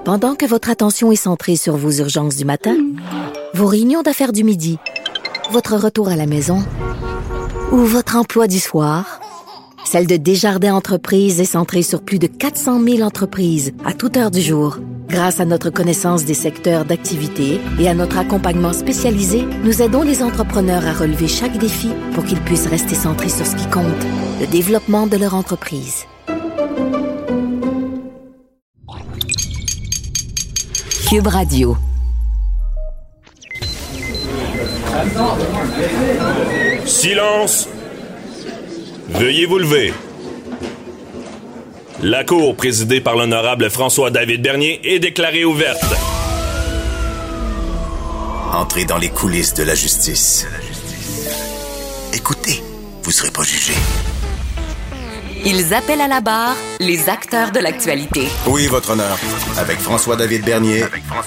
Pendant que votre attention est centrée sur vos urgences du matin, vos réunions d'affaires du midi, votre retour à la maison ou votre emploi du soir, celle de Desjardins Entreprises est centrée sur plus de 400 000 entreprises à toute heure du jour. Grâce à notre connaissance des secteurs d'activité et à notre accompagnement spécialisé, nous aidons les entrepreneurs à relever chaque défi pour qu'ils puissent rester centrés sur ce qui compte, le développement de leur entreprise. Cube Radio. Silence! Veuillez vous lever. La cour présidée par l'honorable François-David Bernier est déclarée ouverte. Entrez dans les coulisses de la justice. Écoutez, vous serez pas jugé. Ils appellent à la barre les acteurs de l'actualité. Oui, votre honneur. Avec François-David Bernier.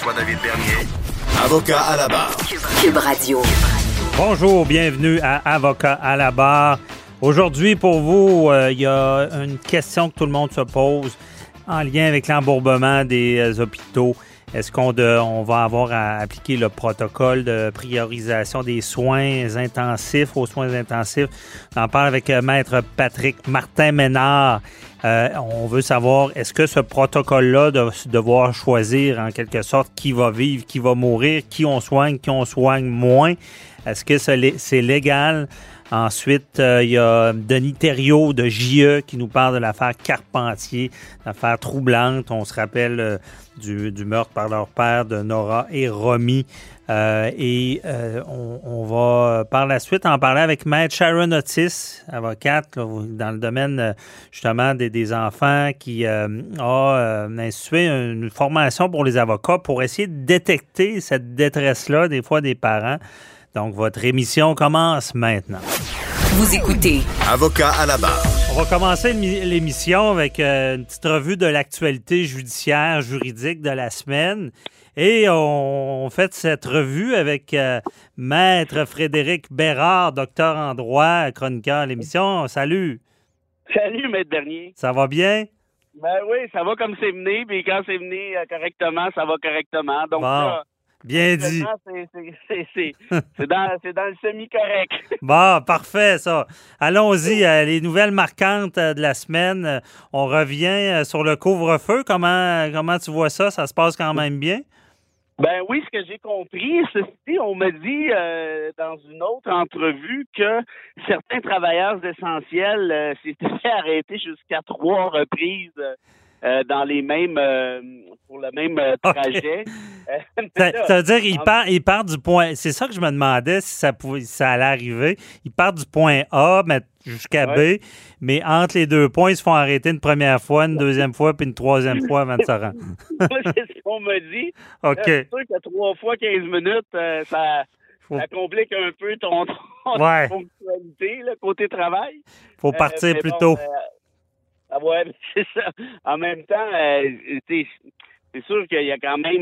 Avocat à la barre. Cube Radio. Bonjour, bienvenue à Avocat à la barre. Aujourd'hui, pour vous, il y a une question que tout le monde se pose en lien avec l'embourbement des hôpitaux. Est-ce qu'on va avoir à appliquer le protocole de priorisation des soins intensifs aux soins intensifs? On en parle avec Maître Patrick Martin-Ménard. On veut savoir, est-ce que ce protocole-là de devoir choisir en quelque sorte qui va vivre, qui va mourir, qui on soigne moins, est-ce que c'est légal? Ensuite, il y a Denis Thériault de JE qui nous parle de l'affaire Carpentier, l'affaire troublante. On se rappelle du meurtre par leur père de Nora et Romy. On va par la suite en parler avec Maître Sharon Otis, avocate là, dans le domaine justement des enfants, qui a institué une formation pour les avocats pour essayer de détecter cette détresse-là des fois des parents. Donc, votre émission commence maintenant. Vous écoutez Avocat à la barre. On va commencer l'émission avec une petite revue de l'actualité juridique de la semaine. Et on fait cette revue avec Maître Frédéric Bérard, docteur en droit, chroniqueur à l'émission. Salut! Salut, Maître Bernier. Ça va bien? Ben oui, ça va comme c'est venu, puis quand c'est venu correctement, ça va correctement. Donc, bon. là, Bien dit. C'est dans le semi-correct. Bon, parfait, ça. Allons-y. Les nouvelles marquantes de la semaine. On revient sur le couvre-feu. Comment tu vois ça? Ça se passe quand même bien? Ben oui, ce que j'ai compris, ceci, on m'a dit dans une autre entrevue que certains travailleurs essentiels s'étaient fait arrêter jusqu'à 3 reprises dans les mêmes pour le même trajet. Okay. Ça veut dire qu'il part du point. C'est ça que je me demandais si ça allait arriver. Il part du point A jusqu'à B, mais entre les deux points, ils se font arrêter une première fois, une deuxième fois, puis une troisième fois avant de se rendre. Moi, c'est ce qu'on m'a dit. OK. C'est sûr que 3 fois 15 minutes, ça complique un peu ton fonctionnalité, là, côté travail. Faut partir plus tôt. Ouais, c'est ça. En même temps, c'est sûr qu'il y a quand même...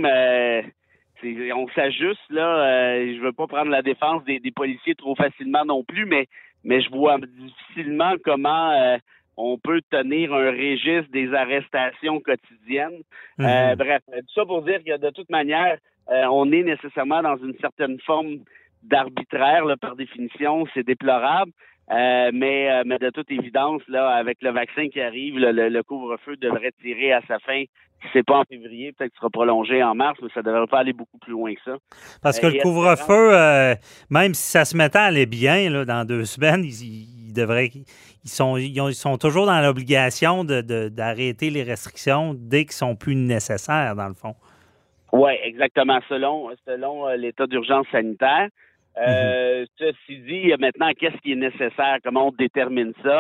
on s'ajuste, là. Je veux pas prendre la défense des policiers trop facilement non plus, mais je vois difficilement comment on peut tenir un registre des arrestations quotidiennes. Bref, tout ça pour dire que de toute manière, on est nécessairement dans une certaine forme d'arbitraire, là, par définition. C'est déplorable. Mais de toute évidence, là, avec le vaccin qui arrive, le couvre-feu devrait tirer à sa fin. Si c'est pas en février, peut-être qu'il sera prolongé en mars, mais ça devrait pas aller beaucoup plus loin que ça. Parce que le couvre-feu, même si ça se mettait à aller bien là, dans 2 semaines, ils sont toujours dans l'obligation d'arrêter les restrictions dès qu'ils sont plus nécessaires, dans le fond. Oui, exactement, selon l'état d'urgence sanitaire. Ceci dit, maintenant, qu'est-ce qui est nécessaire? Comment on détermine ça?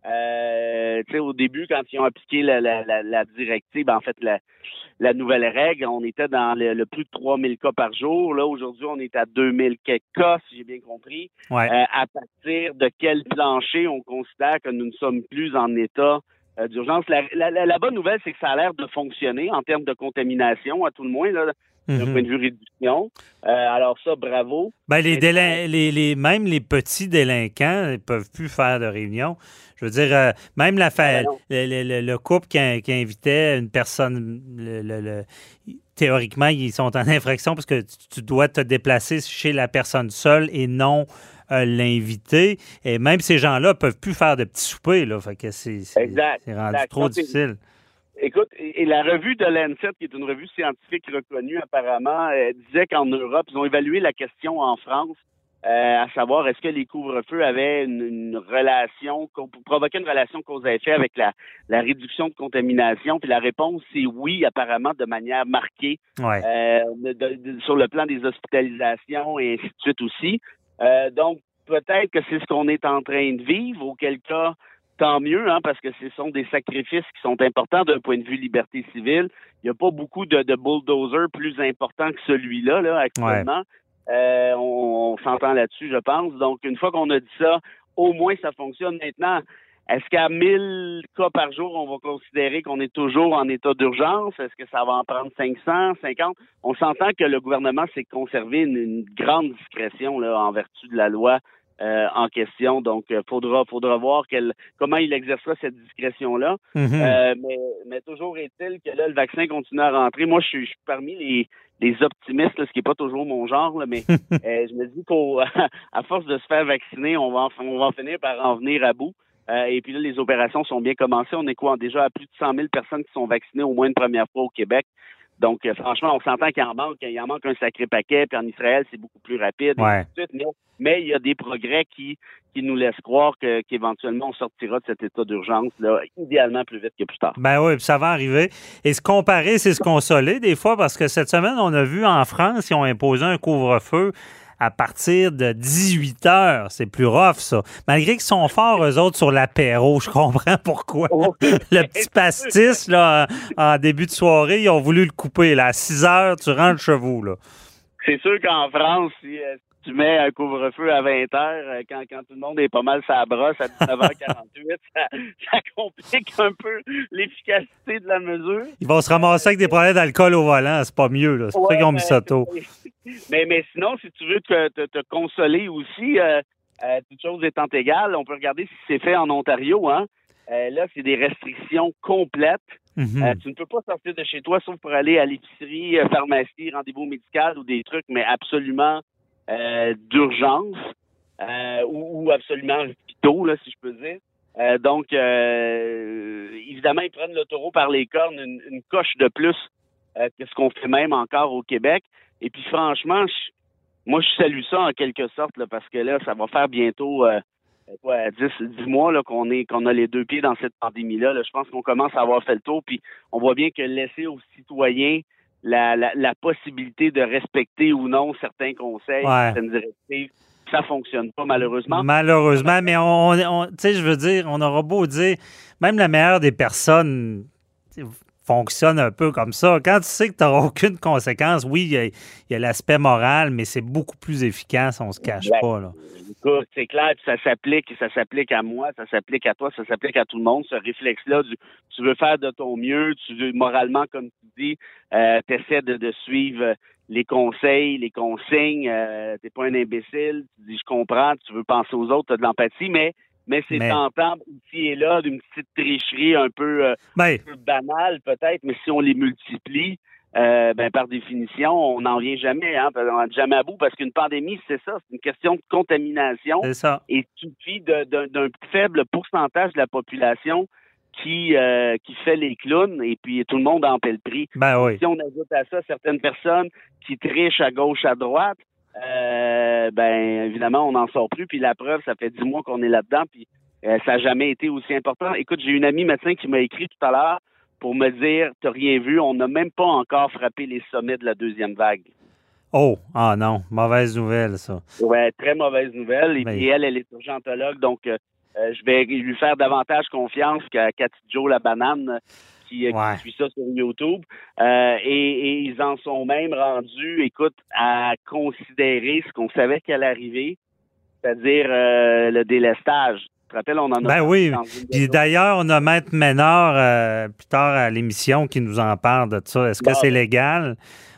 Au début, quand ils ont appliqué la directive, en fait, la nouvelle règle, on était dans le plus de 3000 cas par jour. Là, aujourd'hui, on est à 2000 quelques cas, si j'ai bien compris. Ouais. À partir de quel plancher on considère que nous ne sommes plus en état d'urgence? La bonne nouvelle, c'est que ça a l'air de fonctionner en termes de contamination, à tout le moins. Là. d'un point de vue réduction. Alors ça, bravo. Ben, même les petits délinquants ne peuvent plus faire de réunion. Je veux dire, même le couple qui invitait une personne, théoriquement, ils sont en infraction parce que tu dois te déplacer chez la personne seule et non l'invité. Et même ces gens-là ne peuvent plus faire de petits soupers. Là. Fait que c'est rendu trop difficile. Écoute, et la revue de Lancet, qui est une revue scientifique reconnue apparemment, disait qu'en Europe, ils ont évalué la question en France, à savoir est-ce que les couvre-feux avaient une relation, provoquaient une relation cause à effet avec la réduction de contamination. Puis la réponse, c'est oui, apparemment, de manière marquée, sur le plan des hospitalisations et ainsi de suite aussi. Donc, peut-être que c'est ce qu'on est en train de vivre, auquel cas, tant mieux, parce que ce sont des sacrifices qui sont importants d'un point de vue liberté civile. Il n'y a pas beaucoup de bulldozers plus importants que celui-là, là, actuellement. Ouais. On s'entend là-dessus, je pense. Donc, une fois qu'on a dit ça, au moins ça fonctionne. Maintenant, est-ce qu'à 1000 cas par jour, on va considérer qu'on est toujours en état d'urgence? Est-ce que ça va en prendre 500, 50? On s'entend que le gouvernement s'est conservé une grande discrétion là, en vertu de la loi en question. Donc, faudra voir comment il exercera cette discrétion-là. Mais toujours est-il que là, le vaccin continue à rentrer. Moi, je suis parmi les optimistes, là, ce qui n'est pas toujours mon genre, là, mais je me dis qu'à force de se faire vacciner, on va finir par en venir à bout. Et puis là, les opérations sont bien commencées. On est déjà à plus de 100 000 personnes qui sont vaccinées au moins une première fois au Québec. Donc, franchement, on s'entend qu'il en manque un sacré paquet. Puis en Israël, c'est beaucoup plus rapide. Ouais. Et tout de suite, mais il y a des progrès qui nous laissent croire qu'éventuellement, on sortira de cet état d'urgence, là, idéalement plus vite que plus tard. Ben oui, puis ça va arriver. Et se comparer, c'est se consoler des fois, parce que cette semaine, on a vu en France, ils ont imposé un couvre-feu à partir de 18 heures. C'est plus rough, ça. Malgré qu'ils sont forts, eux autres, sur l'apéro. Je comprends pourquoi. Le petit pastis, là, en début de soirée, ils ont voulu le couper. Là. À 6 heures, tu rentres chez vous, là. C'est sûr qu'en France, si tu mets un couvre-feu à 20 heures, quand tout le monde est pas mal sa brosse à 19h48, ça complique un peu l'efficacité de la mesure. Ils vont se ramasser avec des problèmes d'alcool au volant. C'est pas mieux, là. C'est pour ça qu'ils ont mis ça tôt. Mais sinon, si tu veux te consoler aussi, toutes choses étant égales, on peut regarder si c'est fait en Ontario. Là, c'est des restrictions complètes. Tu ne peux pas sortir de chez toi sauf pour aller à l'épicerie, pharmacie, rendez-vous médical ou des trucs, mais absolument d'urgence ou absolument vitaux, là, si je peux dire. Donc, évidemment, ils prennent le taureau par les cornes, une coche de plus que ce qu'on fait même encore au Québec. Et puis, franchement, moi, je salue ça en quelque sorte, là, parce que là, ça va faire bientôt 10 mois là, qu'on a les deux pieds dans cette pandémie-là. Là. Je pense qu'on commence à avoir fait le tour, puis on voit bien que laisser aux citoyens la possibilité de respecter ou non certains conseils, certaines directives, ça fonctionne pas, malheureusement. Malheureusement, mais tu sais, je veux dire, on aura beau dire, même la meilleure des personnes fonctionne un peu comme ça. Quand tu sais que tu n'auras aucune conséquence, oui, il y a l'aspect moral, mais c'est beaucoup plus efficace, on se cache pas, là. Écoute, c'est clair, puis ça s'applique à moi, ça s'applique à toi, ça s'applique à tout le monde, ce réflexe-là, tu veux faire de ton mieux, tu veux, moralement, comme tu dis, t'essaies de suivre les conseils, les consignes, t'es pas un imbécile, tu dis je comprends, tu veux penser aux autres, t'as de l'empathie, mais c'est tentant ici et là d'une petite tricherie un peu banale peut-être, mais si on les multiplie, par définition, on n'en vient jamais, on n'en est jamais à bout, parce qu'une pandémie, c'est ça, c'est une question de contamination. C'est ça. Et il suffit d'un faible pourcentage de la population qui fait les clowns, et puis tout le monde en paie le prix. Ben oui. Si on ajoute à ça certaines personnes qui trichent à gauche, à droite, évidemment, on n'en sort plus. Puis la preuve, ça fait 10 mois qu'on est là-dedans, puis ça n'a jamais été aussi important. Écoute, j'ai une amie médecin qui m'a écrit tout à l'heure pour me dire, t'as rien vu, on n'a même pas encore frappé les sommets de la deuxième vague. Oh, non, mauvaise nouvelle, ça. Ouais, très mauvaise nouvelle. Et puis elle est urgentologue, donc je vais lui faire davantage confiance qu'à Cathy Joe la banane qui suit ça sur YouTube. Et ils en sont même rendus, écoute, à considérer ce qu'on savait qu'elle allait arriver, c'est-à-dire le délestage. Tu te rappelles, on en a oui. Puis d'ailleurs, on a Maître Ménard plus tard à l'émission qui nous en parle de ça. Est-ce que c'est légal?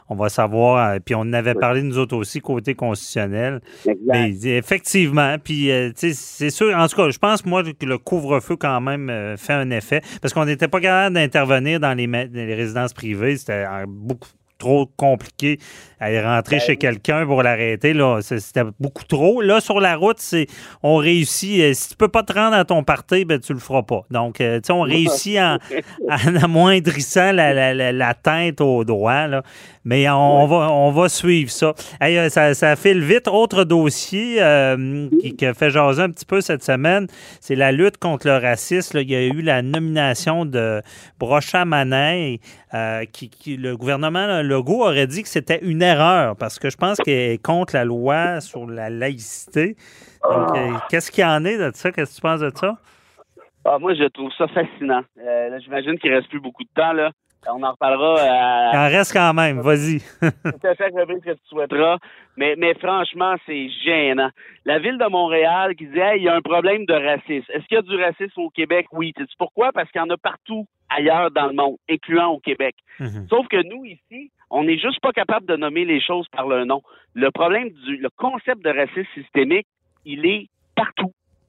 on va savoir. Puis on en avait parlé, nous autres aussi, côté constitutionnel. Exact. Mais effectivement, puis c'est sûr, en tout cas, je pense, moi, que le couvre-feu, quand même, fait un effet. Parce qu'on n'était pas capable d'intervenir dans les résidences privées. C'était beaucoup trop compliqué aller rentrer chez quelqu'un pour l'arrêter. Là, c'était beaucoup trop. Là, sur la route, on réussit. Si tu peux pas te rendre à ton party, ben, tu le feras pas. Donc, on réussit en amoindrissant l'atteinte au droit. Là. Mais on va suivre ça. Hey, ça file vite. Autre dossier qui a fait jaser un petit peu cette semaine, c'est la lutte contre le racisme. Là, il y a eu la nomination de Brocha-Manet. Le gouvernement Legault aurait dit que c'était une erreur parce que je pense qu'elle est contre la loi sur la laïcité. Donc, qu'est-ce qu'il y en est de ça? Qu'est-ce que tu penses de ça? Moi, je trouve ça fascinant. Là, j'imagine qu'il ne reste plus beaucoup de temps. Là. On en reparlera. Il en reste quand même. Vas-y. Tout à fait, ce que tu souhaiteras. Mais franchement, c'est gênant. La Ville de Montréal qui dit « Hey, il y a un problème de racisme. » Est-ce qu'il y a du racisme au Québec? Oui. Sais-tu pourquoi? Parce qu'il y en a partout ailleurs dans le monde, incluant au Québec. Mm-hmm. Sauf que nous, ici, on n'est juste pas capable de nommer les choses par leur nom. Le problème le concept de racisme systémique, il est partout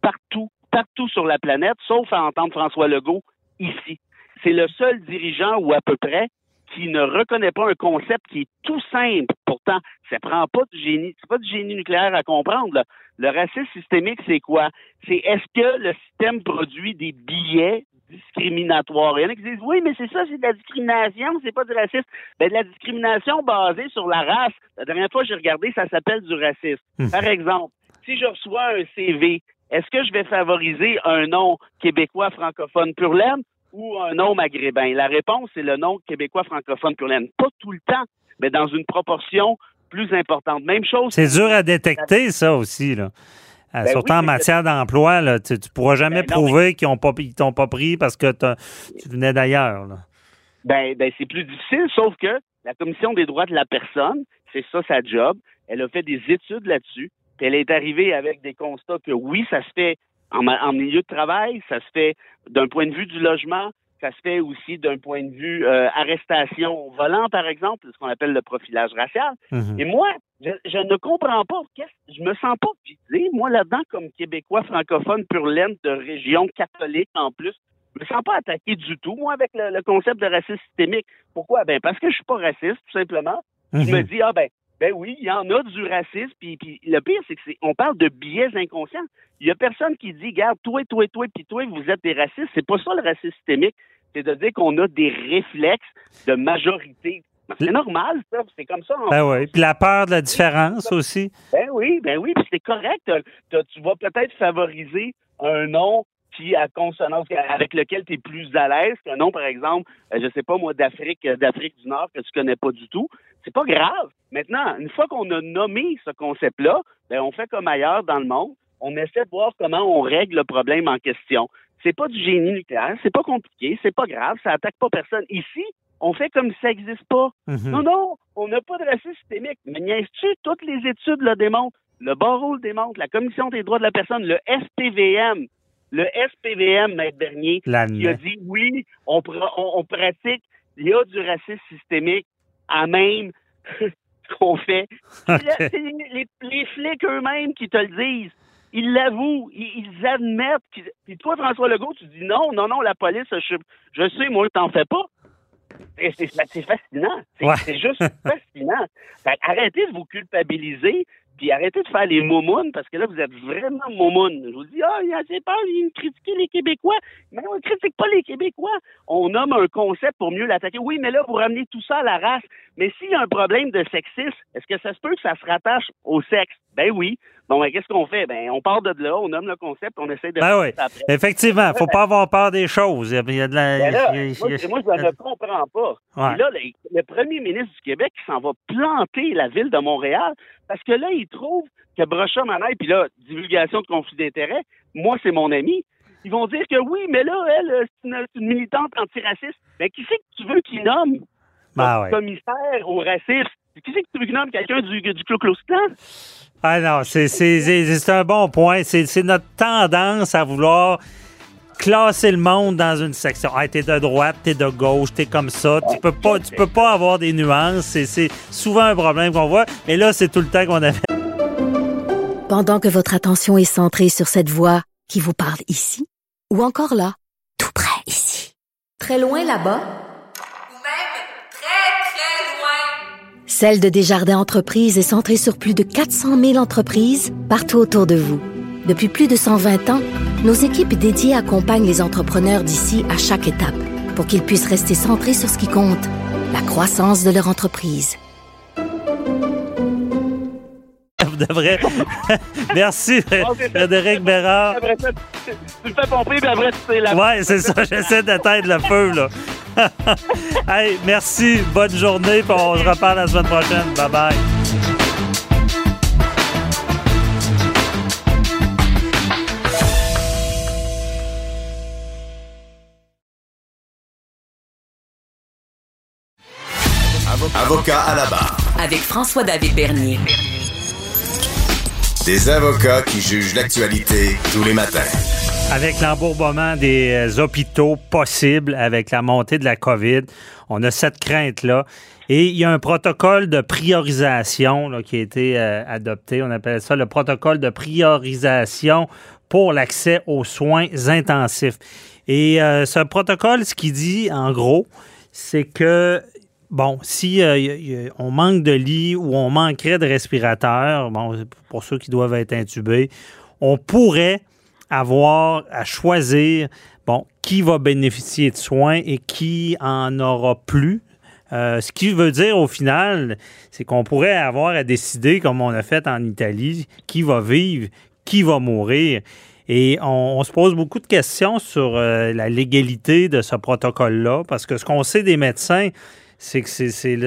sur la planète, sauf à entendre François Legault ici. C'est le seul dirigeant, ou à peu près, qui ne reconnaît pas un concept qui est tout simple. Pourtant, ça prend pas de génie, c'est pas du génie nucléaire à comprendre, là. Le racisme systémique, c'est quoi? C'est est-ce que le système produit des billets discriminatoires? Il y en a qui disent, oui, mais c'est ça, c'est de la discrimination, c'est pas du racisme. Ben, de la discrimination basée sur la race. La dernière fois que j'ai regardé, ça s'appelle du racisme. Par exemple, si je reçois un CV, est-ce que je vais favoriser un nom québécois francophone pur laine ou un nom maghrébin? La réponse, c'est le nom québécois francophone pur laine. Pas tout le temps, mais dans une proportion plus importante. Même chose. C'est dur à détecter, ça aussi, là. Surtout en matière d'emploi, là, tu ne pourras jamais prouver qu'ils t'ont pas pris parce que tu venais d'ailleurs. Là. C'est plus difficile, sauf que la Commission des droits de la personne, c'est ça sa job. Elle a fait des études là-dessus. Puis elle est arrivée avec des constats que oui, ça se fait en milieu de travail, ça se fait d'un point de vue du logement, ça se fait aussi d'un point de vue arrestation au volant, par exemple, ce qu'on appelle le profilage racial. Mm-hmm. Et moi, je ne comprends pas. Je me sens pas visé, moi, là-dedans, comme Québécois francophone pur laine de région catholique en plus. Je me sens pas attaqué du tout, moi, avec le concept de racisme systémique. Pourquoi? Ben, parce que je suis pas raciste, tout simplement. Mm-hmm. Je me dis, ben oui, il y en a du racisme, puis le pire, c'est on parle de biais inconscients. Il y a personne qui dit, regarde, toi, puis toi, vous êtes des racistes. C'est pas ça le racisme systémique. C'est de dire qu'on a des réflexes de majorité. C'est normal, ça. C'est comme ça. Ben oui. Puis la peur de la différence aussi. Ben oui. Puis c'est correct. Tu vas peut-être favoriser un nom qui à consonance avec lequel tu es plus à l'aise qu'un nom, par exemple, je sais pas moi, d'Afrique du Nord que tu connais pas du tout. C'est pas grave. Maintenant, une fois qu'on a nommé ce concept-là, ben on fait comme ailleurs dans le monde. On essaie de voir comment on règle le problème en question. C'est pas du génie nucléaire, c'est pas compliqué, c'est pas grave, ça attaque pas personne. Ici, on fait comme si ça n'existe pas. Mm-hmm. Non, on n'a pas de racisme systémique. Mais niaises-tu, toutes les études le démontrent. Le barreau le démontre, la Commission des droits de la personne, le SPVM, Maître Bernier, qui a dit oui, on pratique, il y a du racisme systémique à même ce qu'on fait. C'est les flics eux-mêmes qui te le disent. Ils l'avouent, ils admettent. Puis toi, François Legault, tu dis non, la police, je sais, moi, t'en fais pas. C'est fascinant. C'est juste fascinant. Arrêtez de vous culpabiliser, puis arrêtez de faire les moumounes, parce que là, vous êtes vraiment moumounes. Je vous dis, il a assez peur, il critiquer les Québécois. Mais on ne critique pas les Québécois. On nomme un concept pour mieux l'attaquer. Oui, mais là, vous ramenez tout ça à la race. Mais s'il y a un problème de sexisme, est-ce que ça se peut que ça se rattache au sexe? Ben oui. Bon, ben, qu'est-ce qu'on fait? Ben, on part de là, on nomme le concept, on essaie de... Ben oui, effectivement, faut pas avoir peur des choses. Il y a de la... Moi, je ne comprends pas. Ouais. Et là, le premier ministre du Québec s'en va planter la ville de Montréal parce que là, il trouve que Brocha-Manet, puis là, divulgation de conflit d'intérêts, moi, c'est mon ami, ils vont dire que oui, mais là, elle, c'est une militante antiraciste. Ben, qui c'est que tu veux qu'il nomme commissaire au racisme? Qui c'est que tu veux qu'il nomme quelqu'un du Ku Klux Klan? Ah non, c'est un bon point. C'est notre tendance à vouloir classer le monde dans une section. Ah, t'es de droite, t'es de gauche, t'es comme ça. Tu peux pas avoir des nuances. C'est souvent un problème qu'on voit. Mais là, c'est tout le temps qu'on avait. Pendant que votre attention est centrée sur cette voix qui vous parle ici, ou encore là, tout près ici, très loin là-bas, ou même très, très loin. Celle de Desjardins Entreprises est centrée sur plus de 400 000 entreprises partout autour de vous. Depuis plus de 120 ans, nos équipes dédiées accompagnent les entrepreneurs d'ici à chaque étape pour qu'ils puissent rester centrés sur ce qui compte, la croissance de leur entreprise. Vous devrez. Merci, Frédéric Bérard. Après ça, tu le fais pomper, puis après, tu sais la... Ouais, c'est ça. J'essaie d'éteindre le feu, là. Hey, merci. Bonne journée, puis on se reparle la semaine prochaine. Bye-bye. Avocat à la barre. Avec François-David Bernier. Des avocats qui jugent l'actualité tous les matins. Avec l'embourbement des hôpitaux possible avec la montée de la COVID, on a cette crainte-là. Et il y a un protocole de priorisation là, qui a été adopté. On appelle ça le protocole de priorisation pour l'accès aux soins intensifs. Et ce protocole, ce qu'il dit, en gros, c'est que bon, si on manque de lits ou on manquerait de respirateurs, bon, pour ceux qui doivent être intubés, on pourrait avoir à choisir, bon, qui va bénéficier de soins et qui en aura plus. Ce qui veut dire, au final, c'est qu'on pourrait avoir à décider, comme on a fait en Italie, qui va vivre, qui va mourir. Et on se pose beaucoup de questions sur la légalité de ce protocole-là, parce que ce qu'on sait des médecins, c'est que c'est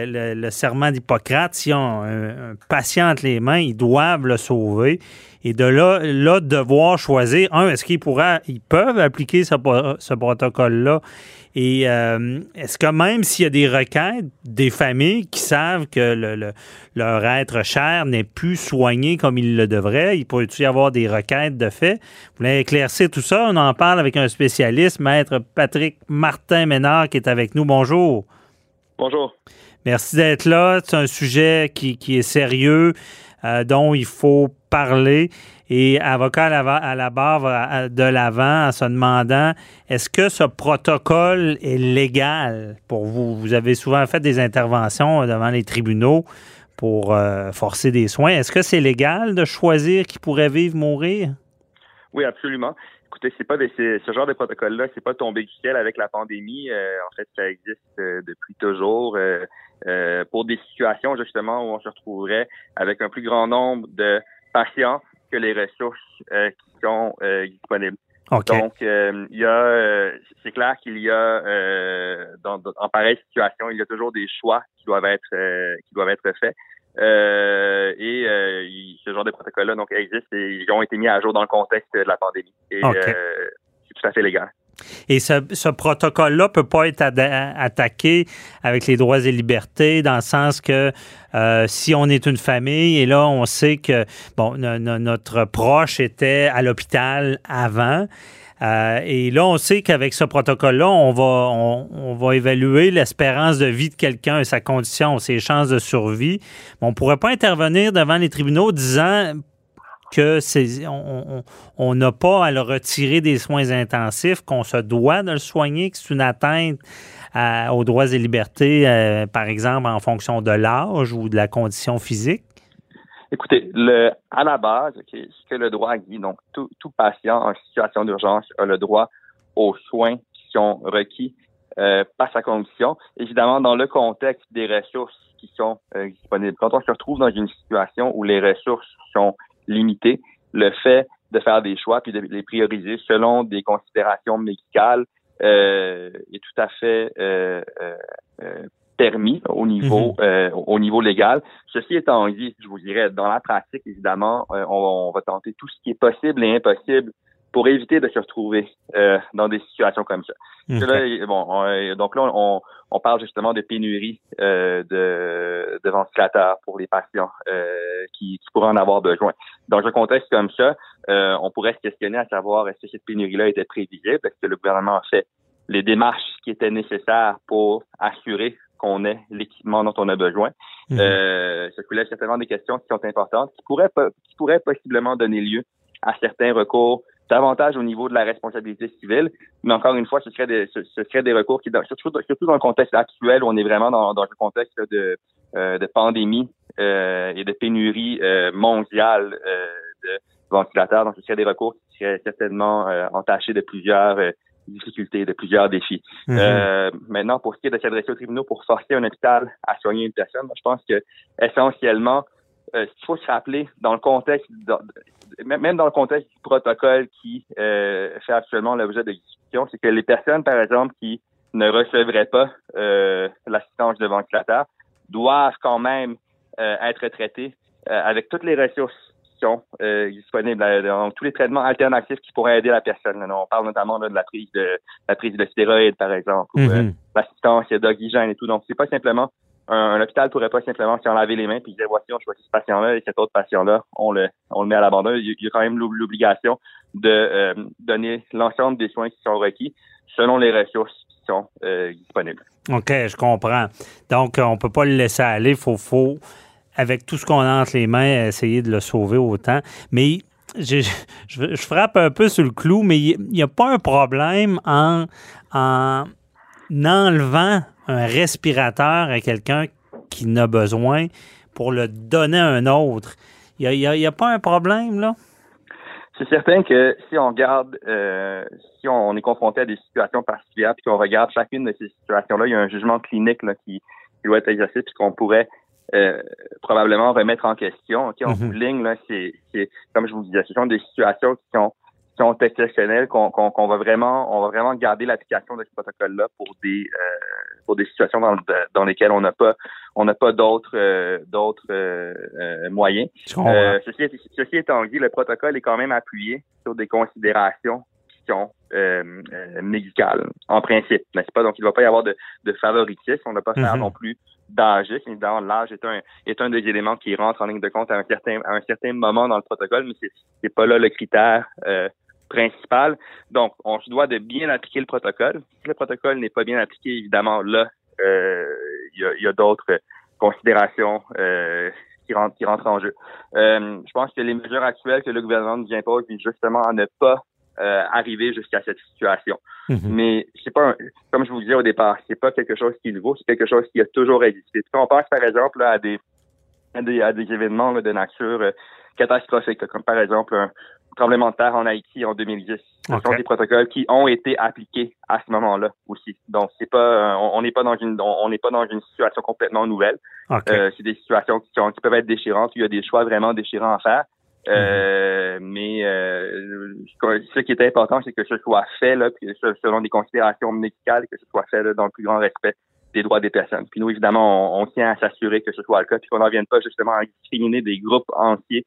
le serment d'Hippocrate. S'ils ont un patient entre les mains, ils doivent le sauver. Et de là devoir choisir, est-ce qu'ils peuvent appliquer ce protocole-là? Et est-ce que même s'il y a des requêtes des familles qui savent que leur être cher n'est plus soigné comme il le devrait, il peut y avoir des requêtes de fait? Vous voulez éclaircir tout ça? On en parle avec un spécialiste, Maître Patrick Martin-Ménard, qui est avec nous. Bonjour. Bonjour. Merci d'être là. C'est un sujet qui est sérieux, dont il faut parler. Et avocat à la barre va de l'avant en se demandant, est-ce que ce protocole est légal pour vous? Vous avez souvent fait des interventions devant les tribunaux pour forcer des soins. Est-ce que c'est légal de choisir qui pourrait vivre, mourir? Oui, absolument. Écoutez, ce genre de protocole-là, c'est pas tombé du ciel avec la pandémie. En fait, ça existe depuis toujours pour des situations justement où on se retrouverait avec un plus grand nombre de patients que les ressources qui sont disponibles. Okay. Donc, c'est clair qu'il y a en pareille situation, il y a toujours des choix qui doivent être faits. Ce genre de protocole-là donc existe et ils ont été mis à jour dans le contexte de la pandémie. Et c'est tout à fait légal. Et ce protocole-là ne peut pas être attaqué avec les droits et libertés, dans le sens que si on est une famille et là, on sait que notre proche était à l'hôpital avant, et là, on sait qu'avec ce protocole-là, on va évaluer l'espérance de vie de quelqu'un, sa condition, ses chances de survie. Mais on ne pourrait pas intervenir devant les tribunaux disant que on n'a pas à le retirer des soins intensifs, qu'on se doit de le soigner, que c'est une atteinte aux droits et libertés, par exemple, en fonction de l'âge ou de la condition physique? Écoutez, à la base, ce que le droit dit, donc tout patient en situation d'urgence a le droit aux soins qui sont requis par sa condition, évidemment dans le contexte des ressources qui sont disponibles. Quand on se retrouve dans une situation où les ressources sont limitées, le fait de faire des choix puis de les prioriser selon des considérations médicales est tout à fait permis au niveau légal. Ceci étant dit, je vous dirais, dans la pratique, évidemment, on va tenter tout ce qui est possible et impossible pour éviter de se retrouver dans des situations comme ça. Okay. Donc là, on parle justement de pénurie de ventilateurs pour les patients qui pourraient en avoir besoin. Dans un contexte comme ça, on pourrait se questionner à savoir est-ce que cette pénurie-là était prévisible, est-ce que le gouvernement a fait les démarches qui étaient nécessaires pour assurer qu'on ait l'équipement dont on a besoin. Ça soulève certainement des questions qui sont importantes, qui pourraient possiblement donner lieu à certains recours, davantage au niveau de la responsabilité civile, mais encore une fois, ce serait des recours qui, surtout dans le contexte actuel, où on est vraiment dans un contexte de pandémie et de pénurie mondiale de ventilateurs. Donc, ce serait des recours qui seraient certainement entachés de plusieurs difficultés, de plusieurs défis. Maintenant, pour ce qui est de s'adresser aux tribunaux pour forcer un hôpital à soigner une personne, moi, je pense que essentiellement, ce qu'il faut se rappeler dans le contexte, même dans le contexte du protocole qui fait actuellement l'objet de discussion, c'est que les personnes, par exemple, qui ne recevraient pas l'assistance de ventilateur doivent quand même être traitées avec toutes les ressources qui sont disponibles, donc tous les traitements alternatifs qui pourraient aider la personne. Là, on parle notamment là, de la prise de stéroïdes, par exemple, ou l'assistance d'oxygène et tout. Donc, c'est pas simplement un hôpital pourrait pas simplement s'en laver les mains puis dire voici, on choisit ce patient-là et cet autre patient-là, on le met à l'abandon. Il y a quand même l'obligation de donner l'ensemble des soins qui sont requis selon les ressources qui sont disponibles. OK, je comprends. Donc, on peut pas le laisser aller. Faut avec tout ce qu'on a entre les mains, essayer de le sauver autant. Mais je frappe un peu sur le clou, mais il n'y a pas un problème en enlevant un respirateur à quelqu'un qui en a besoin pour le donner à un autre. Il y a pas un problème, là? C'est certain que si on regarde, si on est confronté à des situations particulières puis qu'on regarde chacune de ces situations-là, il y a un jugement clinique là, qui doit être exercé puis qu'on pourrait probablement remettre en question. Okay? En bout de ligne, là, c'est comme je vous disais, ce sont des situations qui sont exceptionnelles, qu'on va vraiment garder l'application de ce protocole-là pour des situations dans lesquelles on n'a pas d'autres moyens. Ceci étant dit, le protocole est quand même appuyé sur des considérations qui sont médicales, en principe, n'est-ce pas? Donc, il ne va pas y avoir de favoritisme, on ne va pas faire non plus d'âgisme. Évidemment, l'âge est un des éléments qui rentre en ligne de compte à un certain moment dans le protocole, mais c'est pas là le critère principal. Donc, on se doit de bien appliquer le protocole. Si le protocole n'est pas bien appliqué, évidemment, là, il y a d'autres considérations qui rentrent en jeu. Je pense que les mesures actuelles que le gouvernement nous impose visent justement à ne pas arriver jusqu'à cette situation. Mais c'est pas, comme je vous disais au départ, c'est pas quelque chose qui est nouveau, c'est quelque chose qui a toujours existé. Quand on pense par exemple là, à des événements là, de nature catastrophique, là, comme par exemple un tremblement de terre en Haïti en 2010. Ce sont des protocoles qui ont été appliqués à ce moment-là aussi. Donc c'est pas, on n'est pas dans une situation complètement nouvelle. C'est des situations qui peuvent être déchirantes. Il y a des choix vraiment déchirants à faire. Mais ce qui est important, c'est que ce soit fait là, puis selon des considérations médicales, que ce soit fait là, dans le plus grand respect des droits des personnes. Puis nous, évidemment, on tient à s'assurer que ce soit le cas, puis qu'on n'en vienne pas justement à discriminer des groupes entiers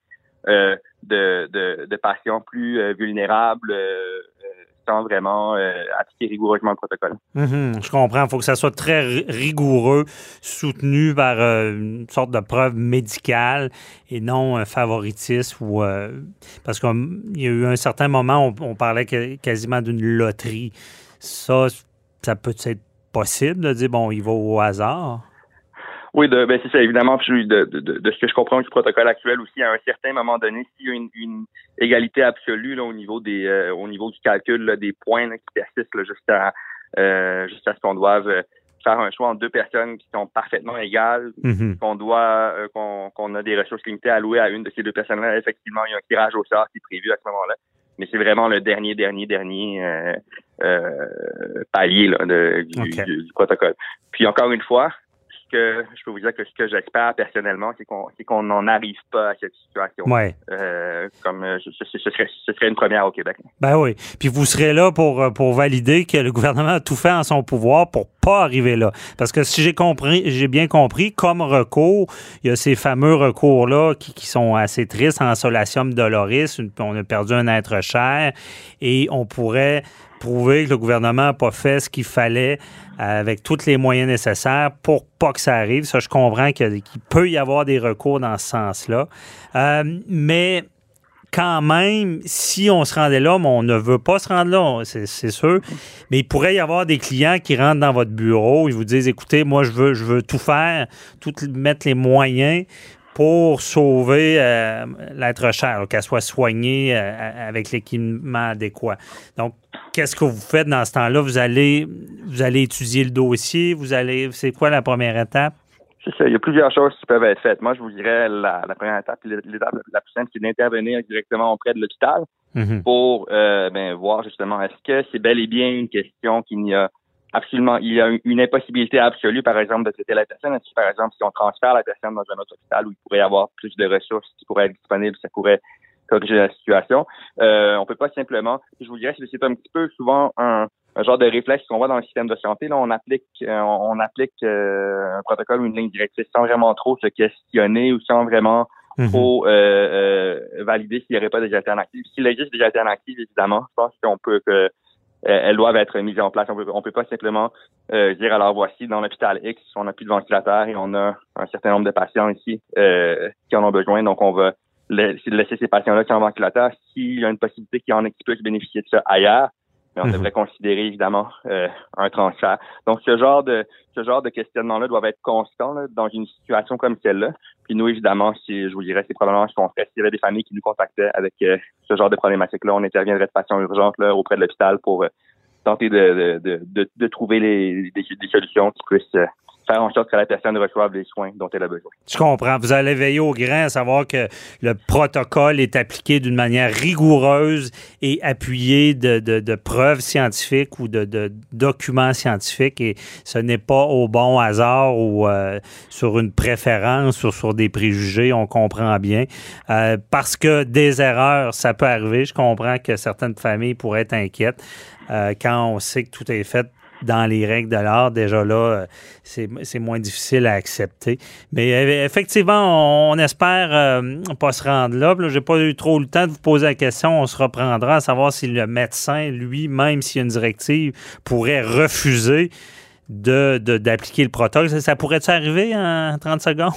de patients plus vulnérables sans vraiment appliquer rigoureusement le protocole. Je comprends. Il faut que ça soit très rigoureux, soutenu par une sorte de preuve médicale et non un favoritisme. Parce qu'il y a eu un certain moment, on parlait quasiment d'une loterie. Ça peut être possible de dire, bon, il va au hasard? Oui, c'est ça, évidemment. Puis de ce que je comprends du protocole actuel aussi, à un certain moment donné, s'il y a une égalité absolue là, au niveau du calcul là, des points là, qui persistent là, jusqu'à ce qu'on doive faire un choix entre deux personnes qui sont parfaitement égales, qu'on a des ressources limitées à allouer à une de ces deux personnes-là. Effectivement, il y a un tirage au sort qui est prévu à ce moment-là. Mais c'est vraiment le dernier palier là, du protocole. Puis encore une fois, je peux vous dire que ce que j'espère personnellement, c'est qu'on n'en arrive pas à cette situation. Ouais. Ce serait une première au Québec. Ben oui. Puis vous serez là pour valider que le gouvernement a tout fait en son pouvoir pour pas arriver là. Parce que si j'ai bien compris, comme recours, il y a ces fameux recours-là qui sont assez tristes, en solatium doloris, on a perdu un être cher, et on pourrait prouver que le gouvernement n'a pas fait ce qu'il fallait avec tous les moyens nécessaires pour pas que ça arrive. Ça, je comprends qu'il peut y avoir des recours dans ce sens-là. Mais quand même, si on se rendait là, mais on ne veut pas se rendre là, c'est sûr, mais il pourrait y avoir des clients qui rentrent dans votre bureau, ils vous disent, écoutez, moi, je veux tout faire, mettre les moyens pour sauver l'être cher, qu'elle soit soignée avec l'équipement adéquat. Donc, qu'est-ce que vous faites dans ce temps-là? Vous allez étudier le dossier, c'est quoi la première étape? C'est ça, il y a plusieurs choses qui peuvent être faites. Moi, je vous dirais la première étape, l'étape la plus simple, c'est d'intervenir directement auprès de l'hôpital pour voir justement est-ce que c'est bel et bien une question qu'il y a une impossibilité absolue, par exemple, de traiter la personne. Est-ce que, par exemple, si on transfère la personne dans un autre hôpital où il pourrait y avoir plus de ressources qui pourraient être disponibles, ça pourrait corriger la situation. On peut pas simplement, je vous dirais, c'est un petit peu souvent un genre de réflexe qu'on voit dans le système de santé. Là, on applique un protocole ou une ligne directrice sans vraiment trop se questionner ou sans vraiment trop valider s'il n'y aurait pas des alternatives. S'il existe des alternatives, évidemment, je pense qu'on peut elles doivent être mises en place. On peut pas simplement dire alors voici dans l'hôpital X, on n'a plus de ventilateur et on a un certain nombre de patients ici qui en ont besoin, donc on va laisser ces patients-là qui ont un ventilateur. S'il y a une possibilité qui puissent bénéficier de ça ailleurs, mais on devrait considérer évidemment un transfert. Donc ce genre de questionnement-là doivent être constants là, dans une situation comme celle-là. Puis nous, évidemment, je vous dirais, c'est probablement ce qu'on ferait s'il y avait des familles qui nous contactaient avec ce genre de problématique-là. On interviendrait de façon urgente là, auprès de l'hôpital pour tenter de trouver des solutions qui puissent faire en sorte que la personne reçoive les soins dont elle a besoin. Je comprends. Vous allez veiller au grain à savoir que le protocole est appliqué d'une manière rigoureuse et appuyé de preuves scientifiques ou de documents scientifiques, et ce n'est pas au bon hasard ou sur une préférence ou sur des préjugés, on comprend bien. Parce que des erreurs, ça peut arriver. Je comprends que certaines familles pourraient être inquiètes quand on sait que tout est fait dans les règles de l'art. Déjà là, c'est moins difficile à accepter. Mais effectivement, on espère pas se rendre là. J'ai pas eu trop le temps de vous poser la question. On se reprendra à savoir si le médecin, lui, même s'il y a une directive, pourrait refuser d'appliquer le protocole. Ça pourrait-tu arriver en 30 secondes?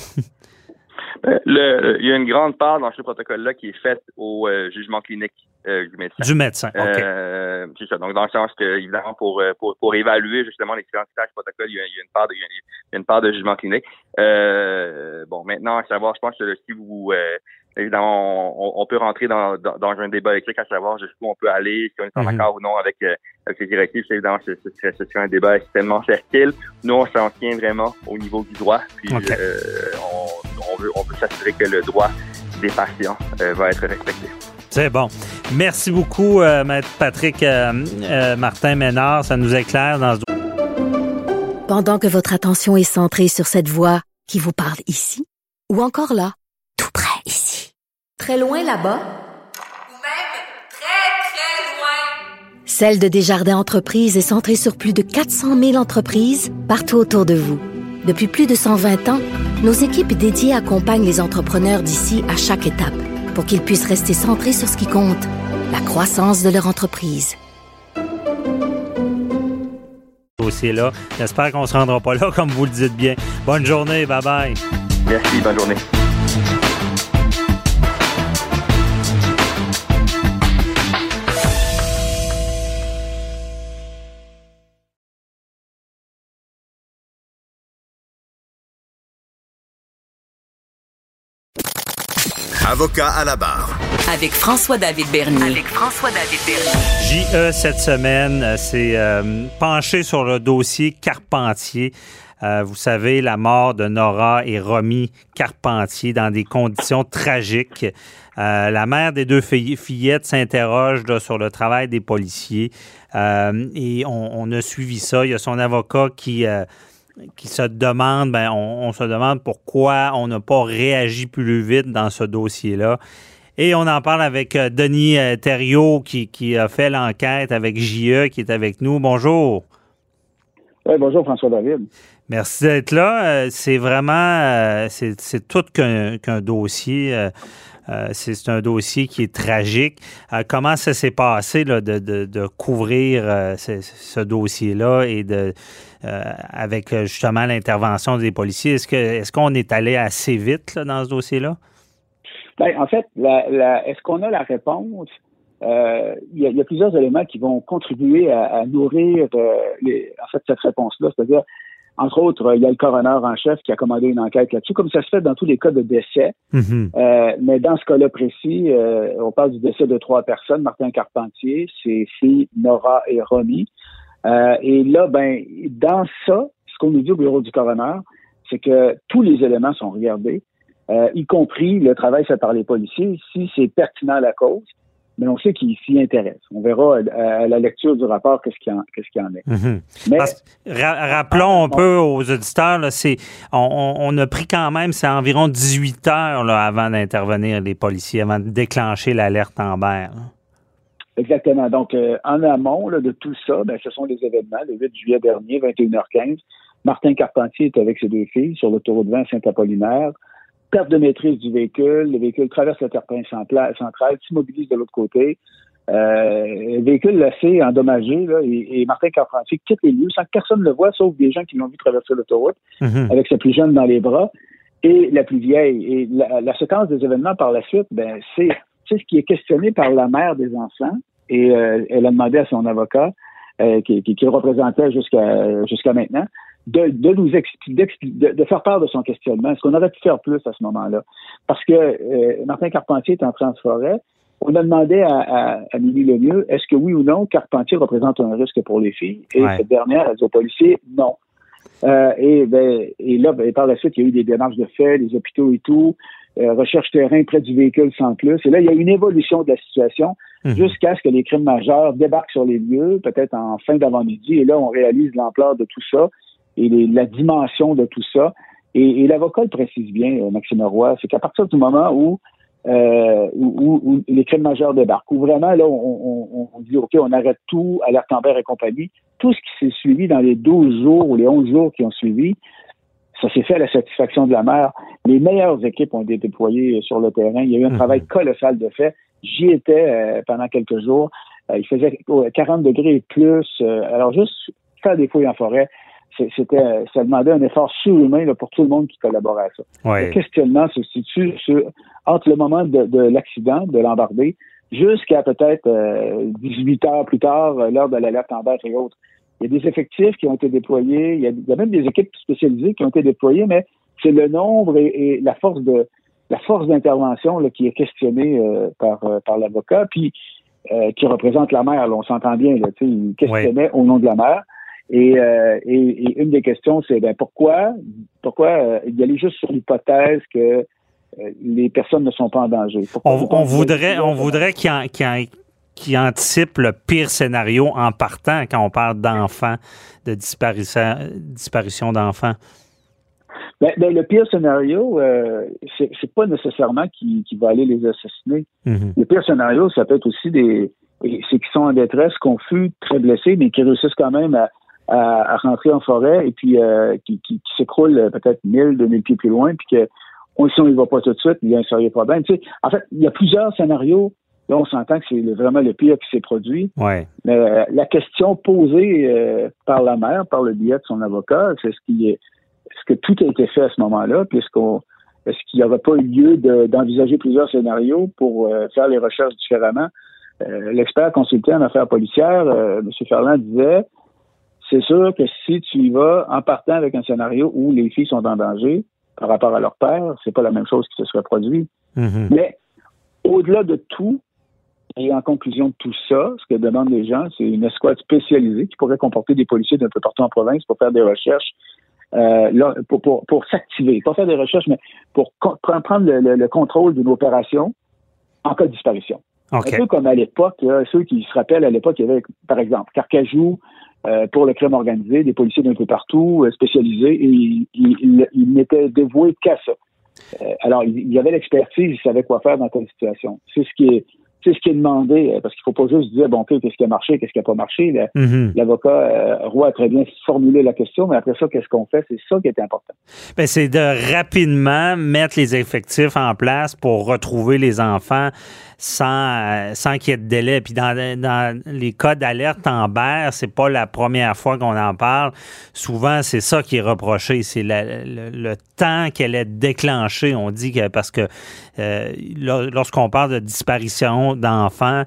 Il y a une grande part dans ce protocole-là qui est faite au jugement clinique du médecin. Du médecin, OK. C'est ça. Donc, dans le sens que, évidemment, pour évaluer justement les différents critères du protocole, il y a une part de jugement clinique. Maintenant, à savoir, je pense que si vous... évidemment, on peut rentrer dans un débat éthique à savoir jusqu'où on peut aller, si on est en accord ou non avec ces directives. Évidemment, ce serait un débat extrêmement fertile. Nous, on s'en tient vraiment au niveau du droit. Puis, on veut s'assurer que le droit des patients va être respecté. C'est bon. Merci beaucoup, Maître Patrick Martin-Ménard. Ça nous éclaire dans ce... Pendant que votre attention est centrée sur cette voix qui vous parle ici, ou encore là, tout près ici, très loin là-bas, ou même très, très loin. Celle de Desjardins Entreprises est centrée sur plus de 400 000 entreprises partout autour de vous. Depuis plus de 120 ans, nos équipes dédiées accompagnent les entrepreneurs d'ici à chaque étape pour qu'ils puissent rester centrés sur ce qui compte, la croissance de leur entreprise. Dossier-là. J'espère qu'on ne se rendra pas là, comme vous le dites bien. Bonne journée. Bye-bye. Merci. Bonne journée. Avocat à la barre. Avec François-David Bernier. JE, cette semaine, s'est penché sur le dossier Carpentier. Vous savez, la mort de Nora et Romy Carpentier dans des conditions tragiques. La mère des deux fillettes s'interroge là, sur le travail des policiers et on a suivi ça. Il y a son avocat qui qui se demandent, on se demande pourquoi on n'a pas réagi plus vite dans ce dossier-là. Et on en parle avec Denis Thériault qui a fait l'enquête avec JE qui est avec nous. Bonjour. Oui, bonjour François-David. Merci d'être là. C'est vraiment, c'est tout qu'un dossier. C'est un dossier qui est tragique. Comment ça s'est passé là, de couvrir ce dossier-là et avec justement l'intervention des policiers? Est-ce qu'on est allé assez vite là, dans ce dossier-là? Bien, en fait, est-ce qu'on a la réponse? Il y a plusieurs éléments qui vont contribuer à nourrir cette réponse-là. C'est-à-dire, entre autres, il y a le coroner en chef qui a commandé une enquête là-dessus, comme ça se fait dans tous les cas de décès. Mm-hmm. Mais dans ce cas-là précis, on parle du décès de 3 personnes. Martin Carpentier, ses filles Nora et Romy. Et là, dans ça, ce qu'on nous dit au bureau du coroner, c'est que tous les éléments sont regardés, y compris le travail fait par les policiers, si c'est pertinent à la cause. Mais on sait qu'ils s'y intéressent. On verra à la lecture du rapport qu'est-ce qu'il y en est. Mm-hmm. Mais rappelons un peu aux auditeurs, là, on a pris quand même, c'est environ 18 heures là, avant d'intervenir les policiers, avant de déclencher l'alerte Amber. Là. Exactement. Donc, en amont là, de tout ça, ce sont les événements. Le 8 juillet dernier, 21h15, Martin Carpentier est avec ses 2 filles sur l'autoroute 20 Saint-Apollinaire. Perte de maîtrise du véhicule. Le véhicule traverse le terre-plein central, s'immobilise de l'autre côté. Le véhicule assez endommagé, là, et Martin Carpentier quitte les lieux sans que personne ne le voie, sauf des gens qui l'ont vu traverser l'autoroute, avec sa plus jeune dans les bras et la plus vieille. Et la séquence des événements par la suite, c'est ce qui est questionné par la mère des enfants. Et elle a demandé à son avocat, qui le représentait jusqu'à maintenant, de nous expliquer, de faire part de son questionnement. Est-ce qu'on aurait pu faire plus à ce moment-là? Parce que Martin Carpentier est entré en forêt. On a demandé à Amélie Lemieux, est-ce que oui ou non, Carpentier représente un risque pour les filles? Et cette dernière a dit aux policiers, non. Et là, par la suite, il y a eu des démarches de fait, les hôpitaux et tout, recherche terrain près du véhicule sans plus. Et là, il y a eu une évolution de la situation jusqu'à ce que les crimes majeurs débarquent sur les lieux, peut-être en fin d'avant-midi. Et là, on réalise l'ampleur de tout ça et la dimension de tout ça. Et l'avocat le précise bien, Maxime Roy, c'est qu'à partir du moment où les crimes majeurs débarquent, où vraiment, là, on dit, OK, on arrête tout, alerte Amber et compagnie, tout ce qui s'est suivi dans les 12 jours ou les 11 jours qui ont suivi, ça s'est fait à la satisfaction de la mère. Les meilleures équipes ont été déployées sur le terrain. Il y a eu un travail colossal de fait. J'y étais pendant quelques jours. Il faisait 40 degrés et plus. Alors, juste faire des fouilles en forêt, ça demandait un effort surhumain là, pour tout le monde qui collaborait à ça. Ouais. Le questionnement se situe entre le moment de l'accident, de l'embardé, jusqu'à peut-être 18 heures plus tard, l'heure de l'alerte Amber et autres. Il y a des effectifs qui ont été déployés, il y a même des équipes spécialisées qui ont été déployées, mais c'est le nombre et la force d'intervention là, qui est questionnée par l'avocat, puis qui représente la mère. Là, on s'entend bien, là, il questionnait au nom de la mère. Et une des questions, c'est pourquoi y aller juste sur l'hypothèse que les personnes ne sont pas en danger. On voudrait qu'il anticipe le pire scénario en partant quand on parle d'enfants, de disparition d'enfants. Le pire scénario, c'est pas nécessairement qu'il va aller les assassiner. Mm-hmm. Le pire scénario, ça peut être aussi c'est qu'ils sont en détresse, confus, très blessés, mais qui réussissent quand même à rentrer en forêt et puis qui s'écroulent peut-être 1000, 2000 pieds plus loin, puis que si on y va pas tout de suite, il y a un sérieux problème. Tu sais, en fait, il y a plusieurs scénarios. Là, on s'entend que c'est vraiment le pire qui s'est produit. Ouais. Mais la question posée par la mère, par le biais de son avocat, c'est est-ce que tout a été fait à ce moment-là, puis est-ce qu'il n'y aurait pas eu lieu d'envisager plusieurs scénarios pour faire les recherches différemment? L'expert consulté en affaires policières, M. Ferland, disait c'est sûr que si tu y vas en partant avec un scénario où les filles sont en danger par rapport à leur père, c'est pas la même chose qui se serait produit. Mm-hmm. Mais au-delà de tout, et en conclusion de tout ça, ce que demandent les gens, c'est une escouade spécialisée qui pourrait comporter des policiers d'un peu partout en province pour faire des recherches, pour s'activer, pas faire des recherches, mais pour prendre le contrôle d'une opération en cas de disparition. Okay. Un peu comme à l'époque, ceux qui se rappellent, à l'époque, il y avait, par exemple, Carcajou, pour le crime organisé, des policiers d'un peu partout, spécialisés, et ils n'étaient dévoués qu'à ça. Alors, il y avait l'expertise, il savait quoi faire dans telle situation. C'est ce qui est demandé, parce qu'il ne faut pas juste dire, bon, OK, qu'est-ce qui a marché, qu'est-ce qui n'a pas marché. L'avocat Roy a très bien formulé la question, mais après ça, qu'est-ce qu'on fait? C'est ça qui est important. Bien, c'est de rapidement mettre les effectifs en place pour retrouver les enfants sans qu'il y ait de délai. Puis dans les cas d'alerte Amber, c'est pas la première fois qu'on en parle. Souvent, c'est ça qui est reproché. C'est le temps qu'elle est déclenchée. On dit que parce que lorsqu'on parle de disparition d'enfants,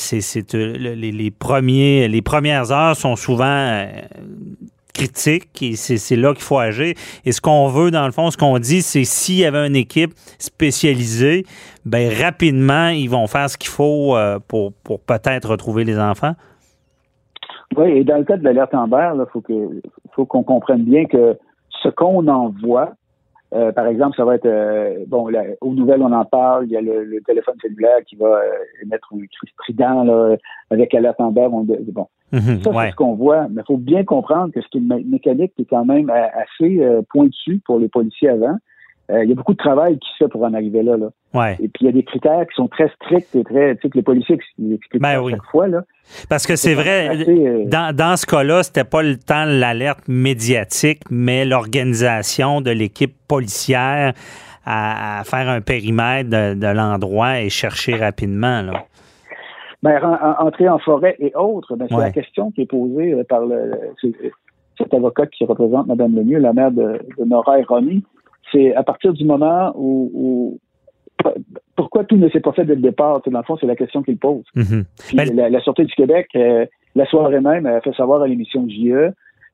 les premières heures sont souvent critiques et c'est là qu'il faut agir. Et ce qu'on veut, dans le fond, ce qu'on dit, c'est s'il y avait une équipe spécialisée, ben rapidement, ils vont faire ce qu'il faut pour peut-être retrouver les enfants. Oui, et dans le cas de l'alerte Amber, il faut qu'on comprenne bien que ce qu'on envoie, par exemple, ça va être, aux nouvelles, on en parle, il y a le téléphone cellulaire qui va émettre un cri strident là, avec alerte Amber. C'est ce qu'on voit, mais il faut bien comprendre que c'est une mécanique qui est quand même assez pointue pour les policiers avant. Il y a beaucoup de travail qui se fait pour en arriver là. Ouais. Et puis, il y a des critères qui sont très stricts et très, tu sais, que les policiers expliquent à chaque fois, là. Parce que c'est vrai, dans ce cas-là, c'était pas le temps de l'alerte médiatique, mais l'organisation de l'équipe policière à faire un périmètre de l'endroit et chercher rapidement, là. Entrer en forêt et autres, c'est la question qui est posée par cet avocat qui représente Mme Lemieux, la mère de Nora et Ronnie. C'est à partir du moment où pourquoi tout ne s'est pas fait dès le départ? Dans le fond, c'est la question qu'il pose. Mm-hmm. Puis la Sûreté du Québec, la soirée même, elle a fait savoir à l'émission JE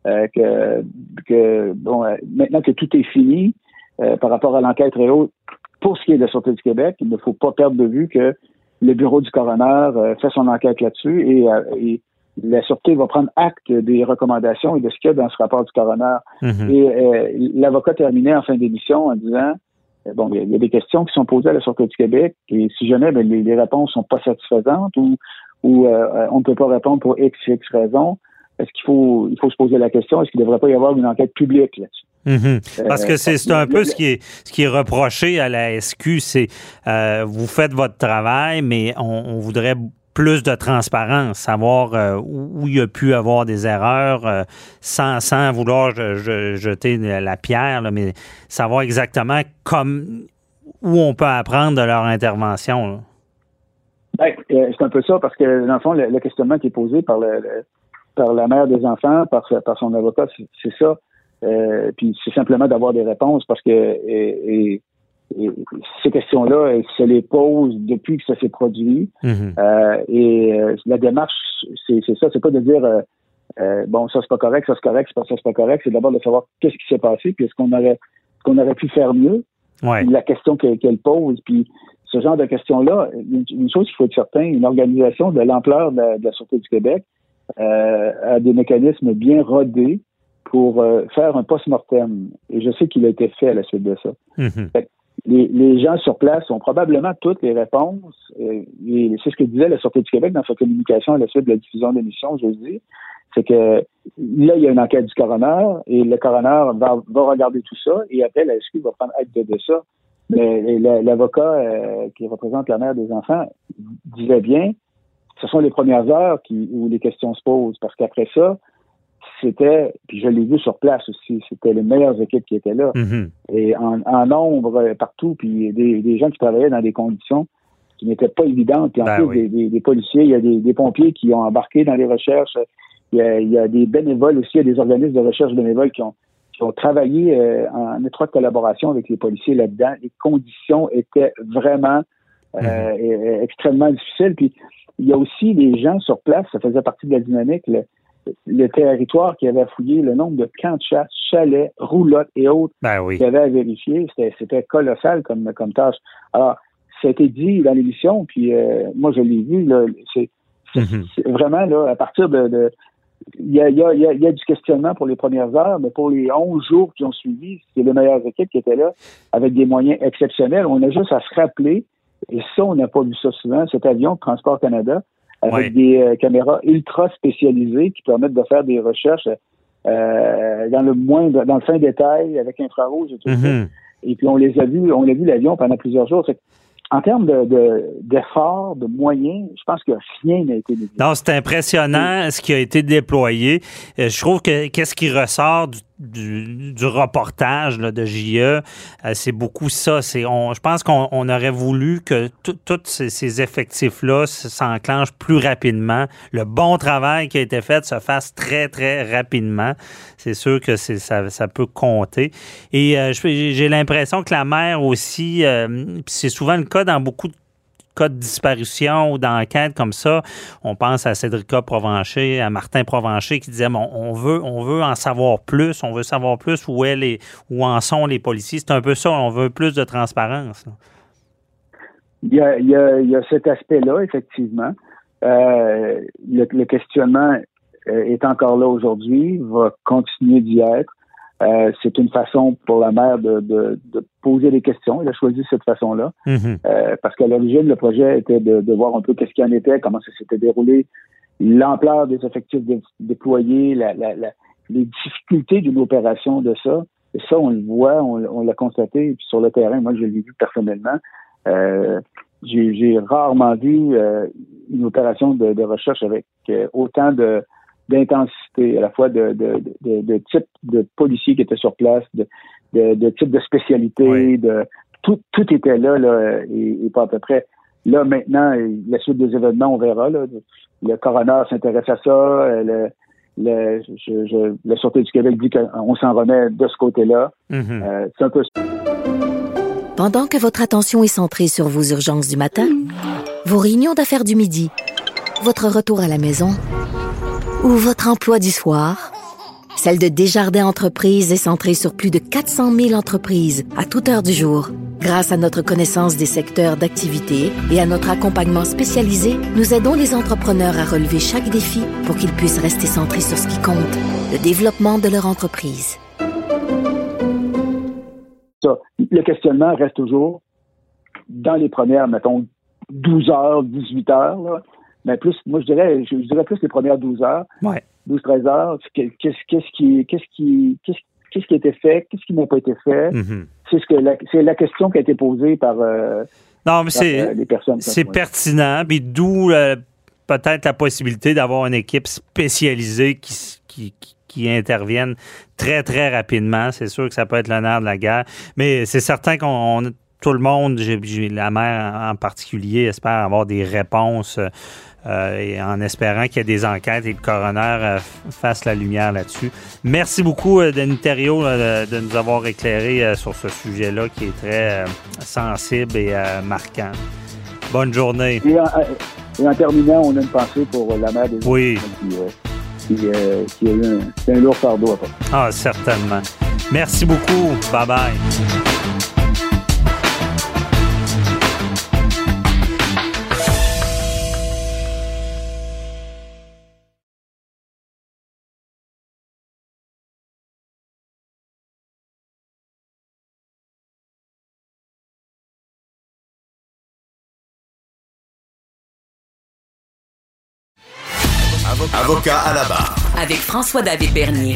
que maintenant que tout est fini par rapport à l'enquête et autres, pour ce qui est de la Sûreté du Québec, il ne faut pas perdre de vue que le bureau du coroner fait son enquête là-dessus et la Sûreté va prendre acte des recommandations et de ce qu'il y a dans ce rapport du coroner. Mm-hmm. Et l'avocat terminait en fin d'émission en disant il y a des questions qui sont posées à la Sûreté du Québec et si jamais les réponses sont pas satisfaisantes ou on ne peut pas répondre pour X raisons, est-ce qu'il faut se poser la question, est-ce qu'il ne devrait pas y avoir une enquête publique là-dessus? Mm-hmm. Parce que c'est un peu ce qui est reproché à la SQ, c'est vous faites votre travail, mais on voudrait plus de transparence, savoir où il y a pu avoir des erreurs sans vouloir jeter la pierre, là, mais savoir exactement où on peut apprendre de leur intervention. C'est un peu ça, parce que dans le fond, le questionnement qui est posé par la mère des enfants, par son avocat, c'est ça. Puis c'est simplement d'avoir des réponses, parce que ces questions-là, elle se les pose depuis que ça s'est produit. Mm-hmm. La démarche, c'est ça, c'est pas de dire ça c'est pas correct, ça c'est correct, ça c'est pas correct, c'est d'abord de savoir qu'est-ce qui s'est passé, puis est-ce qu'on aurait pu faire mieux. Ouais. La question qu'elle pose, puis ce genre de questions-là, une chose qu'il faut être certain, une organisation de l'ampleur de la Sûreté du Québec a des mécanismes bien rodés pour faire un post-mortem. Et je sais qu'il a été fait à la suite de ça. Mm-hmm. Les gens sur place ont probablement toutes les réponses. Et c'est ce que disait la Sûreté du Québec dans sa communication à la suite de la diffusion de l'émission jeudi. C'est que là, il y a une enquête du coroner et le coroner va regarder tout ça et après, la SQ va prendre acte de ça. Mais l'avocat qui représente la mère des enfants disait bien, ce sont les premières heures où les questions se posent parce qu'après ça, c'était, puis je l'ai vu sur place aussi, c'était les meilleures équipes qui étaient là. Mm-hmm. Et en nombre partout, puis des gens qui travaillaient dans des conditions qui n'étaient pas évidentes. Puis en plus, des policiers, il y a des pompiers qui ont embarqué dans les recherches. Il y a des bénévoles aussi, il y a des organismes de recherche bénévoles qui ont travaillé en étroite collaboration avec les policiers là-dedans. Les conditions étaient vraiment extrêmement difficiles. Puis il y a aussi les gens sur place, ça faisait partie de la dynamique, le territoire qui avait fouillé, le nombre de camps de chasse, chalets, roulottes et autres qu'il y avait à vérifier, c'était colossal comme tâche. Alors, ça a été dit dans l'émission, puis moi je l'ai vu, là, c'est vraiment là, à partir de il y a du questionnement pour les premières heures, mais pour les 11 jours qui ont suivi, c'est les meilleures équipes qui étaient là, avec des moyens exceptionnels. On a juste à se rappeler, et ça, on n'a pas vu ça souvent, cet avion de Transport Canada avec des caméras ultra spécialisées qui permettent de faire des recherches dans le fin détail avec infrarouge et tout ça. Et puis on l'a vu l'avion pendant plusieurs jours. En termes d'efforts, de moyens, je pense que rien n'a été négligé. Non, c'est impressionnant ce qui a été déployé. Je trouve que qu'est-ce qui ressort du reportage là, de JE, c'est beaucoup ça. Je pense qu'on aurait voulu que tous ces effectifs-là s'enclenchent plus rapidement. Le bon travail qui a été fait se fasse très, très rapidement. C'est sûr que ça peut compter. Et j'ai l'impression que la mer aussi, c'est souvent le cas dans beaucoup de cas de disparition ou d'enquête comme ça. On pense à Cédrica Provencher, à Martin Provencher qui disait on veut en savoir plus, on veut savoir plus où en sont les policiers. C'est un peu ça, on veut plus de transparence. Il y a cet aspect-là, effectivement. Le questionnement est encore là aujourd'hui, va continuer d'y être. C'est une façon pour la maire de poser des questions. Elle a choisi cette façon-là. Parce qu'à l'origine, le projet était de voir un peu qu'est-ce qu'il en était, comment ça s'était déroulé, l'ampleur des effectifs déployés, les difficultés d'une opération de ça. Et ça, on le voit, on l'a constaté. Et puis sur le terrain, moi, je l'ai vu personnellement. J'ai rarement vu une opération de recherche avec autant d'intensité, à la fois de type de policiers qui étaient sur place, de type de spécialité, tout était là et pas à peu près. Là, maintenant, la suite des événements, on verra. Là, le coroner s'intéresse à ça. La Sûreté du Québec dit qu'on s'en remet de ce côté-là. C'est un peu ça. Pendant que votre attention est centrée sur vos urgences du matin, vos réunions d'affaires du midi, votre retour à la maison ou votre emploi du soir, celle de Desjardins Entreprises est centrée sur plus de 400 000 entreprises à toute heure du jour. Grâce à notre connaissance des secteurs d'activité et à notre accompagnement spécialisé, nous aidons les entrepreneurs à relever chaque défi pour qu'ils puissent rester centrés sur ce qui compte, le développement de leur entreprise. Le questionnement reste toujours dans les premières, mettons, 12 heures, 18 heures, là. Mais plus, moi, je dirais plus les premières 12 heures, 12-13 heures. Qu'est-ce qui a été fait? Qu'est-ce qui n'a pas été fait? C'est la question qui a été posée par les personnes. C'est pertinent, puis d'où peut-être la possibilité d'avoir une équipe spécialisée qui interviennent très, très rapidement. C'est sûr que ça peut être le nerf de la guerre, mais c'est certain tout le monde, la maire en particulier, espère avoir des réponses et en espérant qu'il y ait des enquêtes et le coroner fasse la lumière là-dessus. Merci beaucoup, Denis Thériault, de nous avoir éclairé sur ce sujet-là qui est très sensible et marquant. Bonne journée. Et en terminant, on a une pensée pour la maire des qui a eu un lourd fardeau à porter. Ah, certainement. Merci beaucoup. Bye-bye. Avocat à la barre. Avec François-David Bernier.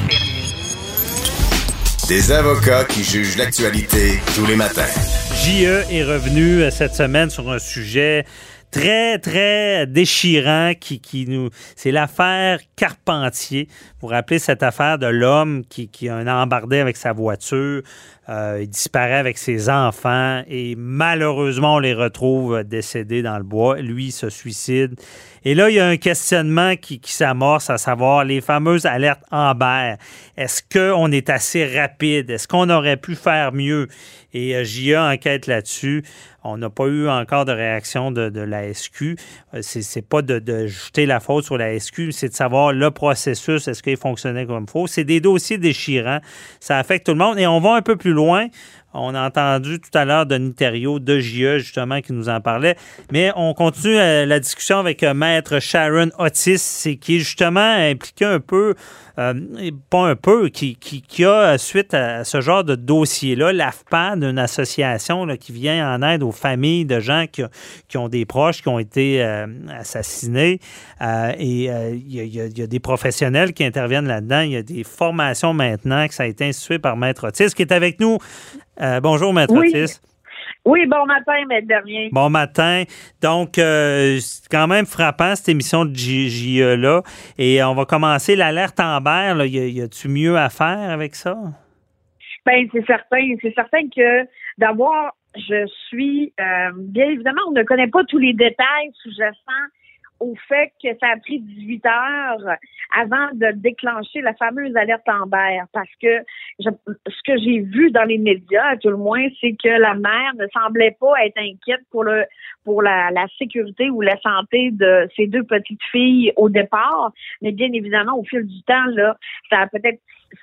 Des avocats qui jugent l'actualité tous les matins. JE est revenu cette semaine sur un sujet très, très déchirant c'est l'affaire Carpentier. Vous vous rappelez cette affaire de l'homme qui a un embardé avec sa voiture, il disparaît avec ses enfants et malheureusement, on les retrouve décédés dans le bois. Lui, il se suicide. Et là, il y a un questionnement qui s'amorce, à savoir les fameuses alertes Amber. Est-ce qu'on est assez rapide? Est-ce qu'on aurait pu faire mieux? Et JA enquête là-dessus. On n'a pas eu encore de réaction de la SQ. C'est pas de jeter la faute sur la SQ, c'est de savoir le processus, est-ce qu'il fonctionnait comme il faut. C'est des dossiers déchirants. Ça affecte tout le monde. Et on va un peu plus loin. On a entendu tout à l'heure Denis Thériault de JE, justement, qui nous en parlait. Mais on continue la discussion avec Maître Sharon Otis, qui est justement impliqué un peu, pas un peu, qui a, suite à ce genre de dossier-là, l'AFPAD, une association là, qui vient en aide aux familles de gens qui ont des proches qui ont été assassinés. Et il y a des professionnels qui interviennent là-dedans. Il y a des formations maintenant que ça a été institué par Maître Otis, qui est avec nous. Bonjour, Maître Otis. Oui, bon matin, Maître Bernier. Bon matin. Donc, c'est quand même frappant, cette émission de JE-là. Et on va commencer l'alerte Amber. Là. Y a-tu mieux à faire avec ça? Bien, c'est certain. C'est certain que d'abord, je suis... bien évidemment, on ne connaît pas tous les détails sous-jacents au fait que ça a pris 18 heures avant de déclencher la fameuse alerte Amber, parce que ce que j'ai vu dans les médias, à tout le moins, c'est que la mère ne semblait pas être inquiète pour la sécurité ou la santé de ses deux petites filles au départ, mais bien évidemment, au fil du temps, là, ça a peut-être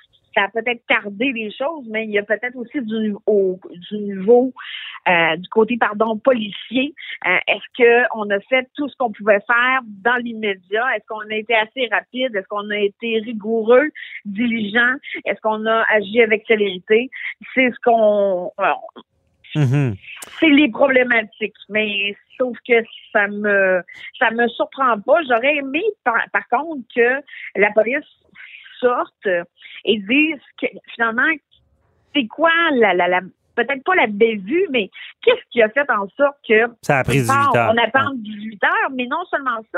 tardé les choses, mais il y a peut-être aussi du niveau du côté policier. Est-ce qu'on a fait tout ce qu'on pouvait faire dans l'immédiat? Est-ce qu'on a été assez rapide? Est-ce qu'on a été rigoureux, diligent? Est-ce qu'on a agi avec célérité? C'est ce qu'on... C'est les problématiques, mais sauf que ça me surprend pas. J'aurais aimé, par contre, que la police sorte et disent que finalement, c'est quoi peut-être pas la bévue, mais qu'est-ce qui a fait en sorte que ça a pris 18 heures. On attend 18 heures, mais non seulement ça,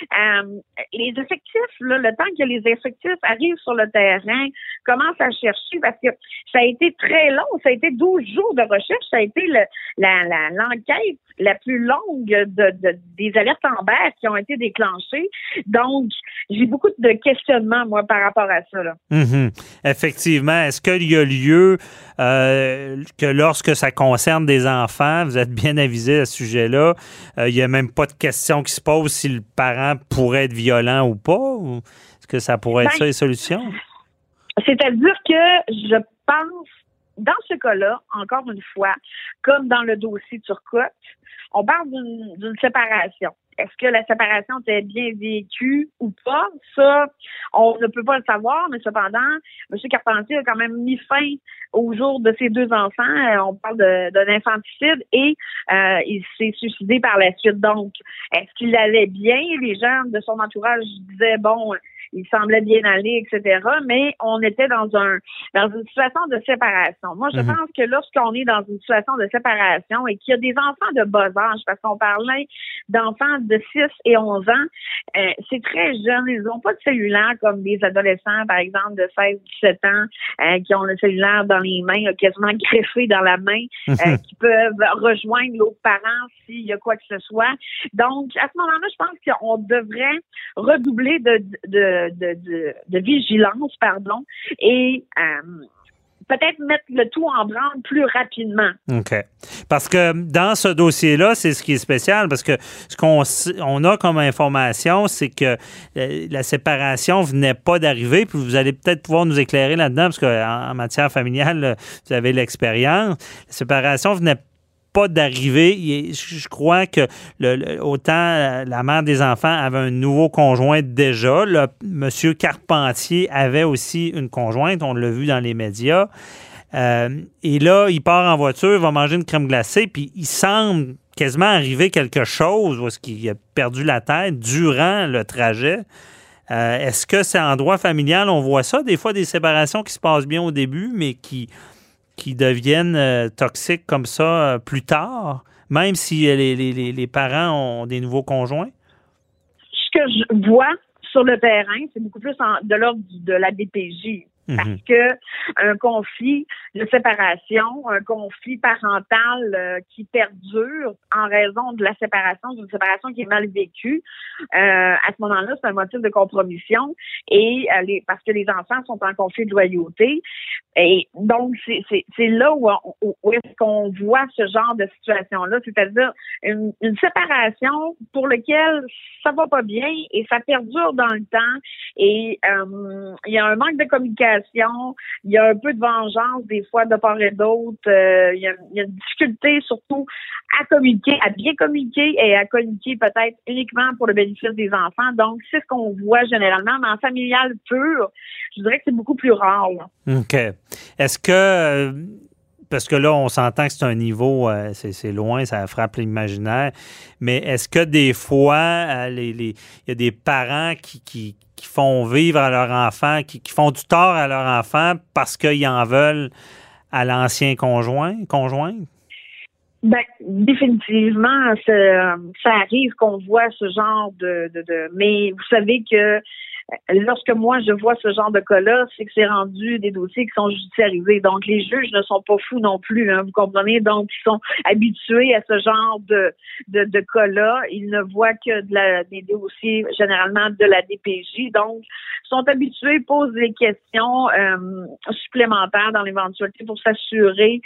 les effectifs, là, le temps que les effectifs arrivent sur le terrain, commencent à chercher, parce que ça a été très long, ça a été 12 jours de recherche, ça a été l'enquête la plus longue des alertes Amber qui ont été déclenchées. Donc, j'ai beaucoup de questionnements, moi, par rapport à ça, là. Effectivement. Est-ce qu'il y a lieu que lorsque ça concerne des enfants, vous êtes bien avisé à ce sujet-là, il n'y a même pas de question qui se pose si le parent pourrait être violent ou pas? Ou est-ce que ça pourrait être ça, les solutions? C'est-à-dire que je pense, dans ce cas-là, encore une fois, comme dans le dossier Turcotte, on parle d'une séparation. Est-ce que la séparation était bien vécue ou pas? Ça, on ne peut pas le savoir, mais cependant, M. Carpentier a quand même mis fin au jour de ses deux enfants. On parle d'un infanticide et il s'est suicidé par la suite. Donc, est-ce qu'il allait bien? Les gens de son entourage disaient, bon, il semblait bien aller, etc. Mais on était dans une situation de séparation. Moi, je pense que lorsqu'on est dans une situation de séparation et qu'il y a des enfants de bas âge, parce qu'on parlait d'enfants de 6 et 11 ans, c'est très jeune. Ils n'ont pas de cellulaire comme des adolescents, par exemple, de 16-17 ans, qui ont le cellulaire dans les mains, quasiment greffé dans la main, qui peuvent rejoindre l'autre parent s'il y a quoi que ce soit. Donc, à ce moment-là, je pense qu'on devrait redoubler de vigilance, et peut-être mettre le tout en branle plus rapidement. OK. Parce que dans ce dossier-là, c'est ce qui est spécial, parce que ce qu'on a comme information, c'est que la séparation venait pas d'arriver, puis vous allez peut-être pouvoir nous éclairer là-dedans, parce qu'en matière familiale, vous avez l'expérience. La séparation venait pas d'arriver. Je crois que autant la mère des enfants avait un nouveau conjoint déjà. M. Carpentier avait aussi une conjointe. On l'a vu dans les médias. Et là, il part en voiture, il va manger une crème glacée, puis il semble quasiment arriver quelque chose où est-ce qu'il a perdu la tête durant le trajet. Est-ce que c'est en droit familial? On voit ça, des fois, des séparations qui se passent bien au début, mais qui deviennent toxiques comme ça plus tard, même si les parents ont des nouveaux conjoints? Ce que je vois sur le terrain, c'est beaucoup plus de l'ordre de la DPJ. Parce que un conflit de séparation, un conflit parental qui perdure en raison de la séparation, d'une séparation qui est mal vécue, à ce moment-là, c'est un motif de compromission et parce que les enfants sont en conflit de loyauté. Et donc, c'est là où est-ce qu'on voit ce genre de situation-là, c'est-à-dire une séparation pour laquelle ça va pas bien et ça perdure dans le temps et il y a un manque de communication frustration, il y a un peu de vengeance des fois de part et d'autre. Il y a une difficulté surtout à communiquer, à bien communiquer et à communiquer peut-être uniquement pour le bénéfice des enfants. Donc, c'est ce qu'on voit généralement, mais en familial pur, je dirais que c'est beaucoup plus rare. Là. OK. Est-ce que... parce que là, on s'entend que c'est un niveau, c'est loin, ça frappe l'imaginaire. Mais est-ce que des fois, il y a des parents qui font vivre à leur enfant, qui font du tort à leur enfant parce qu'ils en veulent à l'ancien conjointe? Ben, définitivement, ça arrive qu'on voit ce genre de... Mais vous savez que lorsque moi je vois ce genre de cas-là, c'est que c'est rendu des dossiers qui sont judiciarisés. Donc les juges ne sont pas fous non plus, hein, vous comprenez. Donc ils sont habitués à ce genre de cas-là. Ils ne voient que des dossiers généralement de la DPJ. Donc ils sont habitués, posent des questions supplémentaires dans l'éventualité pour s'assurer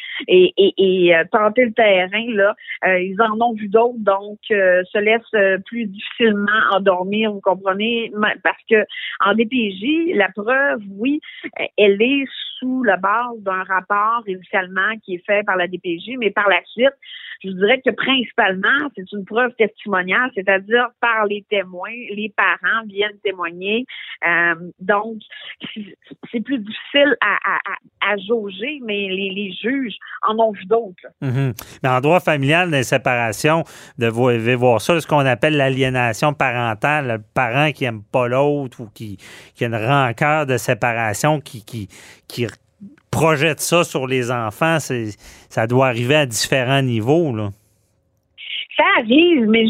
et tenter le terrain. Là, ils en ont vu d'autres, donc se laissent plus difficilement endormir. Vous comprenez, parce que en DPJ, la preuve, oui, elle est sous la base d'un rapport initialement qui est fait par la DPJ, mais par la suite, je dirais que principalement, c'est une preuve testimoniale, c'est-à-dire par les témoins, les parents viennent témoigner. Donc, c'est plus difficile à jauger, mais les juges en ont vu d'autres. Mm-hmm. Mais en droit familial, dans les séparations, vous devez voir ça, ce qu'on appelle l'aliénation parentale, le parent qui n'aime pas l'autre ou qui a une rancœur de séparation qui projette ça sur les enfants, ça doit arriver à différents niveaux, là. Ça arrive, mais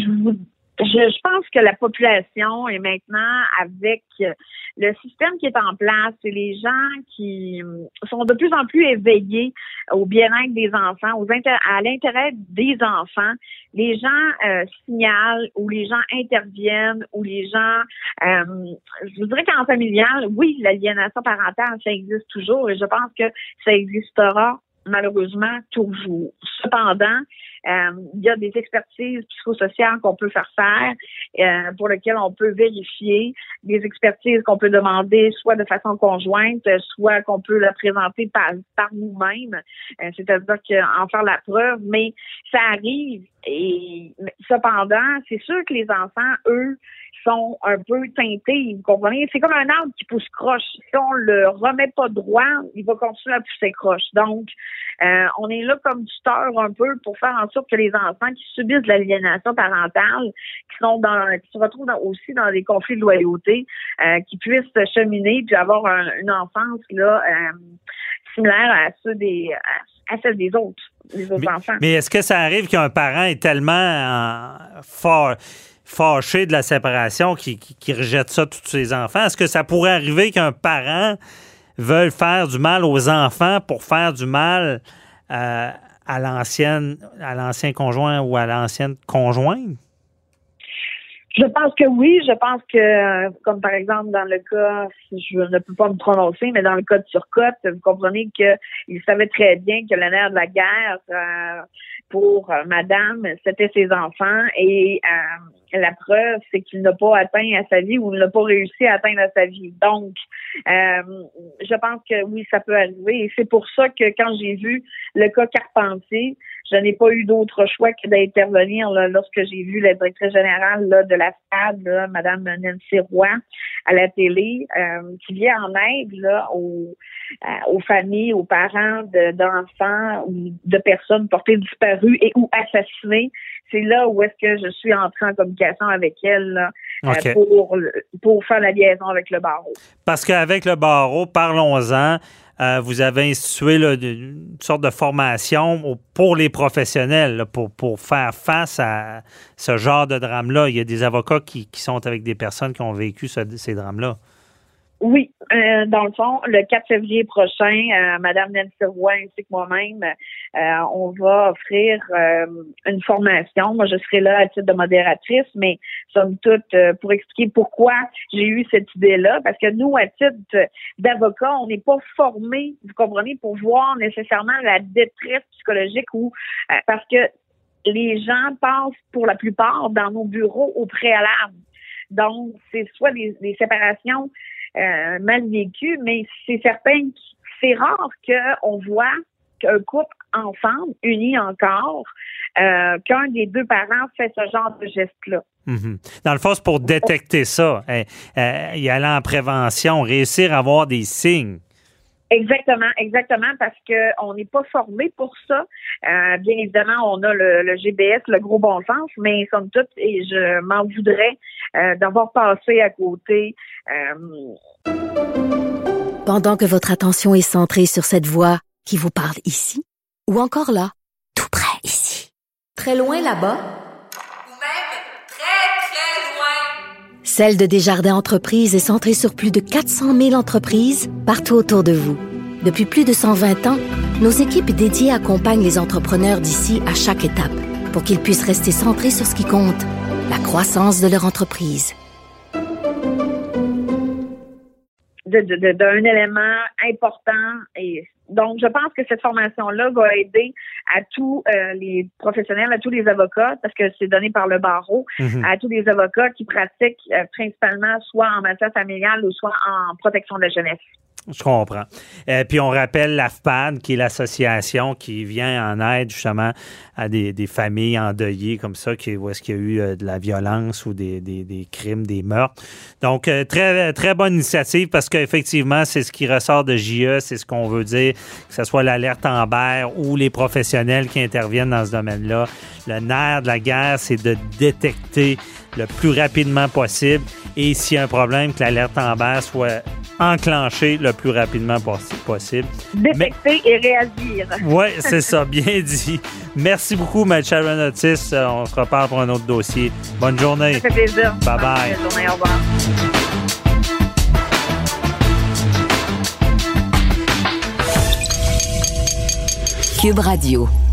je pense que la population est maintenant avec le système qui est en place et les gens qui sont de plus en plus éveillés au bien-être des enfants, à l'intérêt des enfants. Les gens signalent ou les gens interviennent ou les gens... je dirais qu'en familial, oui, l'aliénation parentale, ça existe toujours et je pense que ça existera malheureusement toujours. Cependant, il y a des expertises psychosociales qu'on peut faire pour lesquelles on peut vérifier, des expertises qu'on peut demander soit de façon conjointe, soit qu'on peut la présenter par nous-mêmes, c'est-à-dire qu'en faire la preuve, mais ça arrive et cependant, c'est sûr que les enfants, eux, sont un peu teintés, vous comprenez? C'est comme un arbre qui pousse croche. Si on le remet pas droit, il va continuer à pousser croche. Donc, on est là comme tuteur un peu pour faire en sorte que les enfants qui subissent de l'aliénation parentale, qui se retrouvent aussi dans des conflits de loyauté, qui puissent cheminer puis avoir une enfance là similaire à celle des autres, enfants. Mais est-ce que ça arrive qu'un parent est tellement fâché de la séparation qui rejette ça tous ses enfants? Est-ce que ça pourrait arriver qu'un parent veuille faire du mal aux enfants pour faire du mal à l'ancien conjoint ou à l'ancienne conjointe? Je pense que oui. Je pense que, comme par exemple dans le cas, je ne peux pas me prononcer, mais dans le cas de Turcotte, vous comprenez qu'il savait très bien que le nerf de la guerre pour madame, c'était ses enfants et la preuve, c'est qu'il n'a pas atteint à sa vie ou il n'a pas réussi à atteindre à sa vie. Donc, je pense que oui, ça peut arriver et c'est pour ça que quand j'ai vu le cas Carpentier, je n'ai pas eu d'autre choix que d'intervenir là, lorsque j'ai vu la directrice générale là, de la SAD, là, Mme Nancy Roy, à la télé, qui vient en aide là, aux familles, aux parents d'enfants ou de personnes portées disparues et ou assassinées. C'est là où est-ce que je suis entrée en communication avec elle là, okay. Pour faire la liaison avec le barreau. Parce qu'avec le barreau, parlons-en, vous avez institué là, une sorte de formation pour les professionnels là, pour faire face à ce genre de drame-là. Il y a des avocats qui sont avec des personnes qui ont vécu ces drames-là. Oui, dans le fond, le 4 février prochain, Mme Nancy Roy ainsi que moi-même, on va offrir une formation. Moi, je serai là à titre de modératrice, mais somme toute pour expliquer pourquoi j'ai eu cette idée-là, parce que nous, à titre d'avocat, on n'est pas formés, vous comprenez, pour voir nécessairement la détresse psychologique ou parce que les gens passent pour la plupart dans nos bureaux au préalable. Donc, c'est soit des séparations mal vécu, mais c'est certain que c'est rare qu'on voit qu'un couple ensemble, uni encore, qu'un des deux parents fait ce genre de geste-là. Mm-hmm. Dans le fond, c'est pour détecter ça, y aller en prévention, réussir à avoir des signes. Exactement, parce que on n'est pas formé pour ça. Bien évidemment, on a le GBS, le gros bon sens, mais somme toute, et je m'en voudrais d'avoir passé à côté. Pendant que votre attention est centrée sur cette voix qui vous parle ici, ou encore là, tout près ici, très loin là-bas, ou même très, très loin. Celle de Desjardins Entreprises est centrée sur plus de 400 000 entreprises partout autour de vous. Depuis plus de 120 ans, nos équipes dédiées accompagnent les entrepreneurs d'ici à chaque étape pour qu'ils puissent rester centrés sur ce qui compte, la croissance de leur entreprise. D'un élément important. Et donc, je pense que cette formation-là va aider à tous les professionnels, à tous les avocats, parce que c'est donné par le barreau, à tous les avocats qui pratiquent principalement soit en matière familiale ou soit en protection de la jeunesse. Je comprends. Puis on rappelle l'AFPAD, qui est l'association qui vient en aide justement à des familles endeuillées comme ça, où est-ce qu'il y a eu de la violence ou des crimes, des meurtres. Donc, très, très bonne initiative parce qu'effectivement, c'est ce qui ressort de JE, c'est ce qu'on veut dire, que ce soit l'alerte Amber ou les professionnels qui interviennent dans ce domaine-là. Le nerf de la guerre, c'est de détecter le plus rapidement possible et s'il y a un problème, que l'alerte Amber soit enclenchée le plus rapidement possible. Détecter et réagir. Oui, c'est ça, bien dit. Merci beaucoup, Maître Sharon Otis. On se reparle pour un autre dossier. Bonne journée. Ça fait plaisir. Bye-bye. Bonne journée, au revoir. Cube Radio.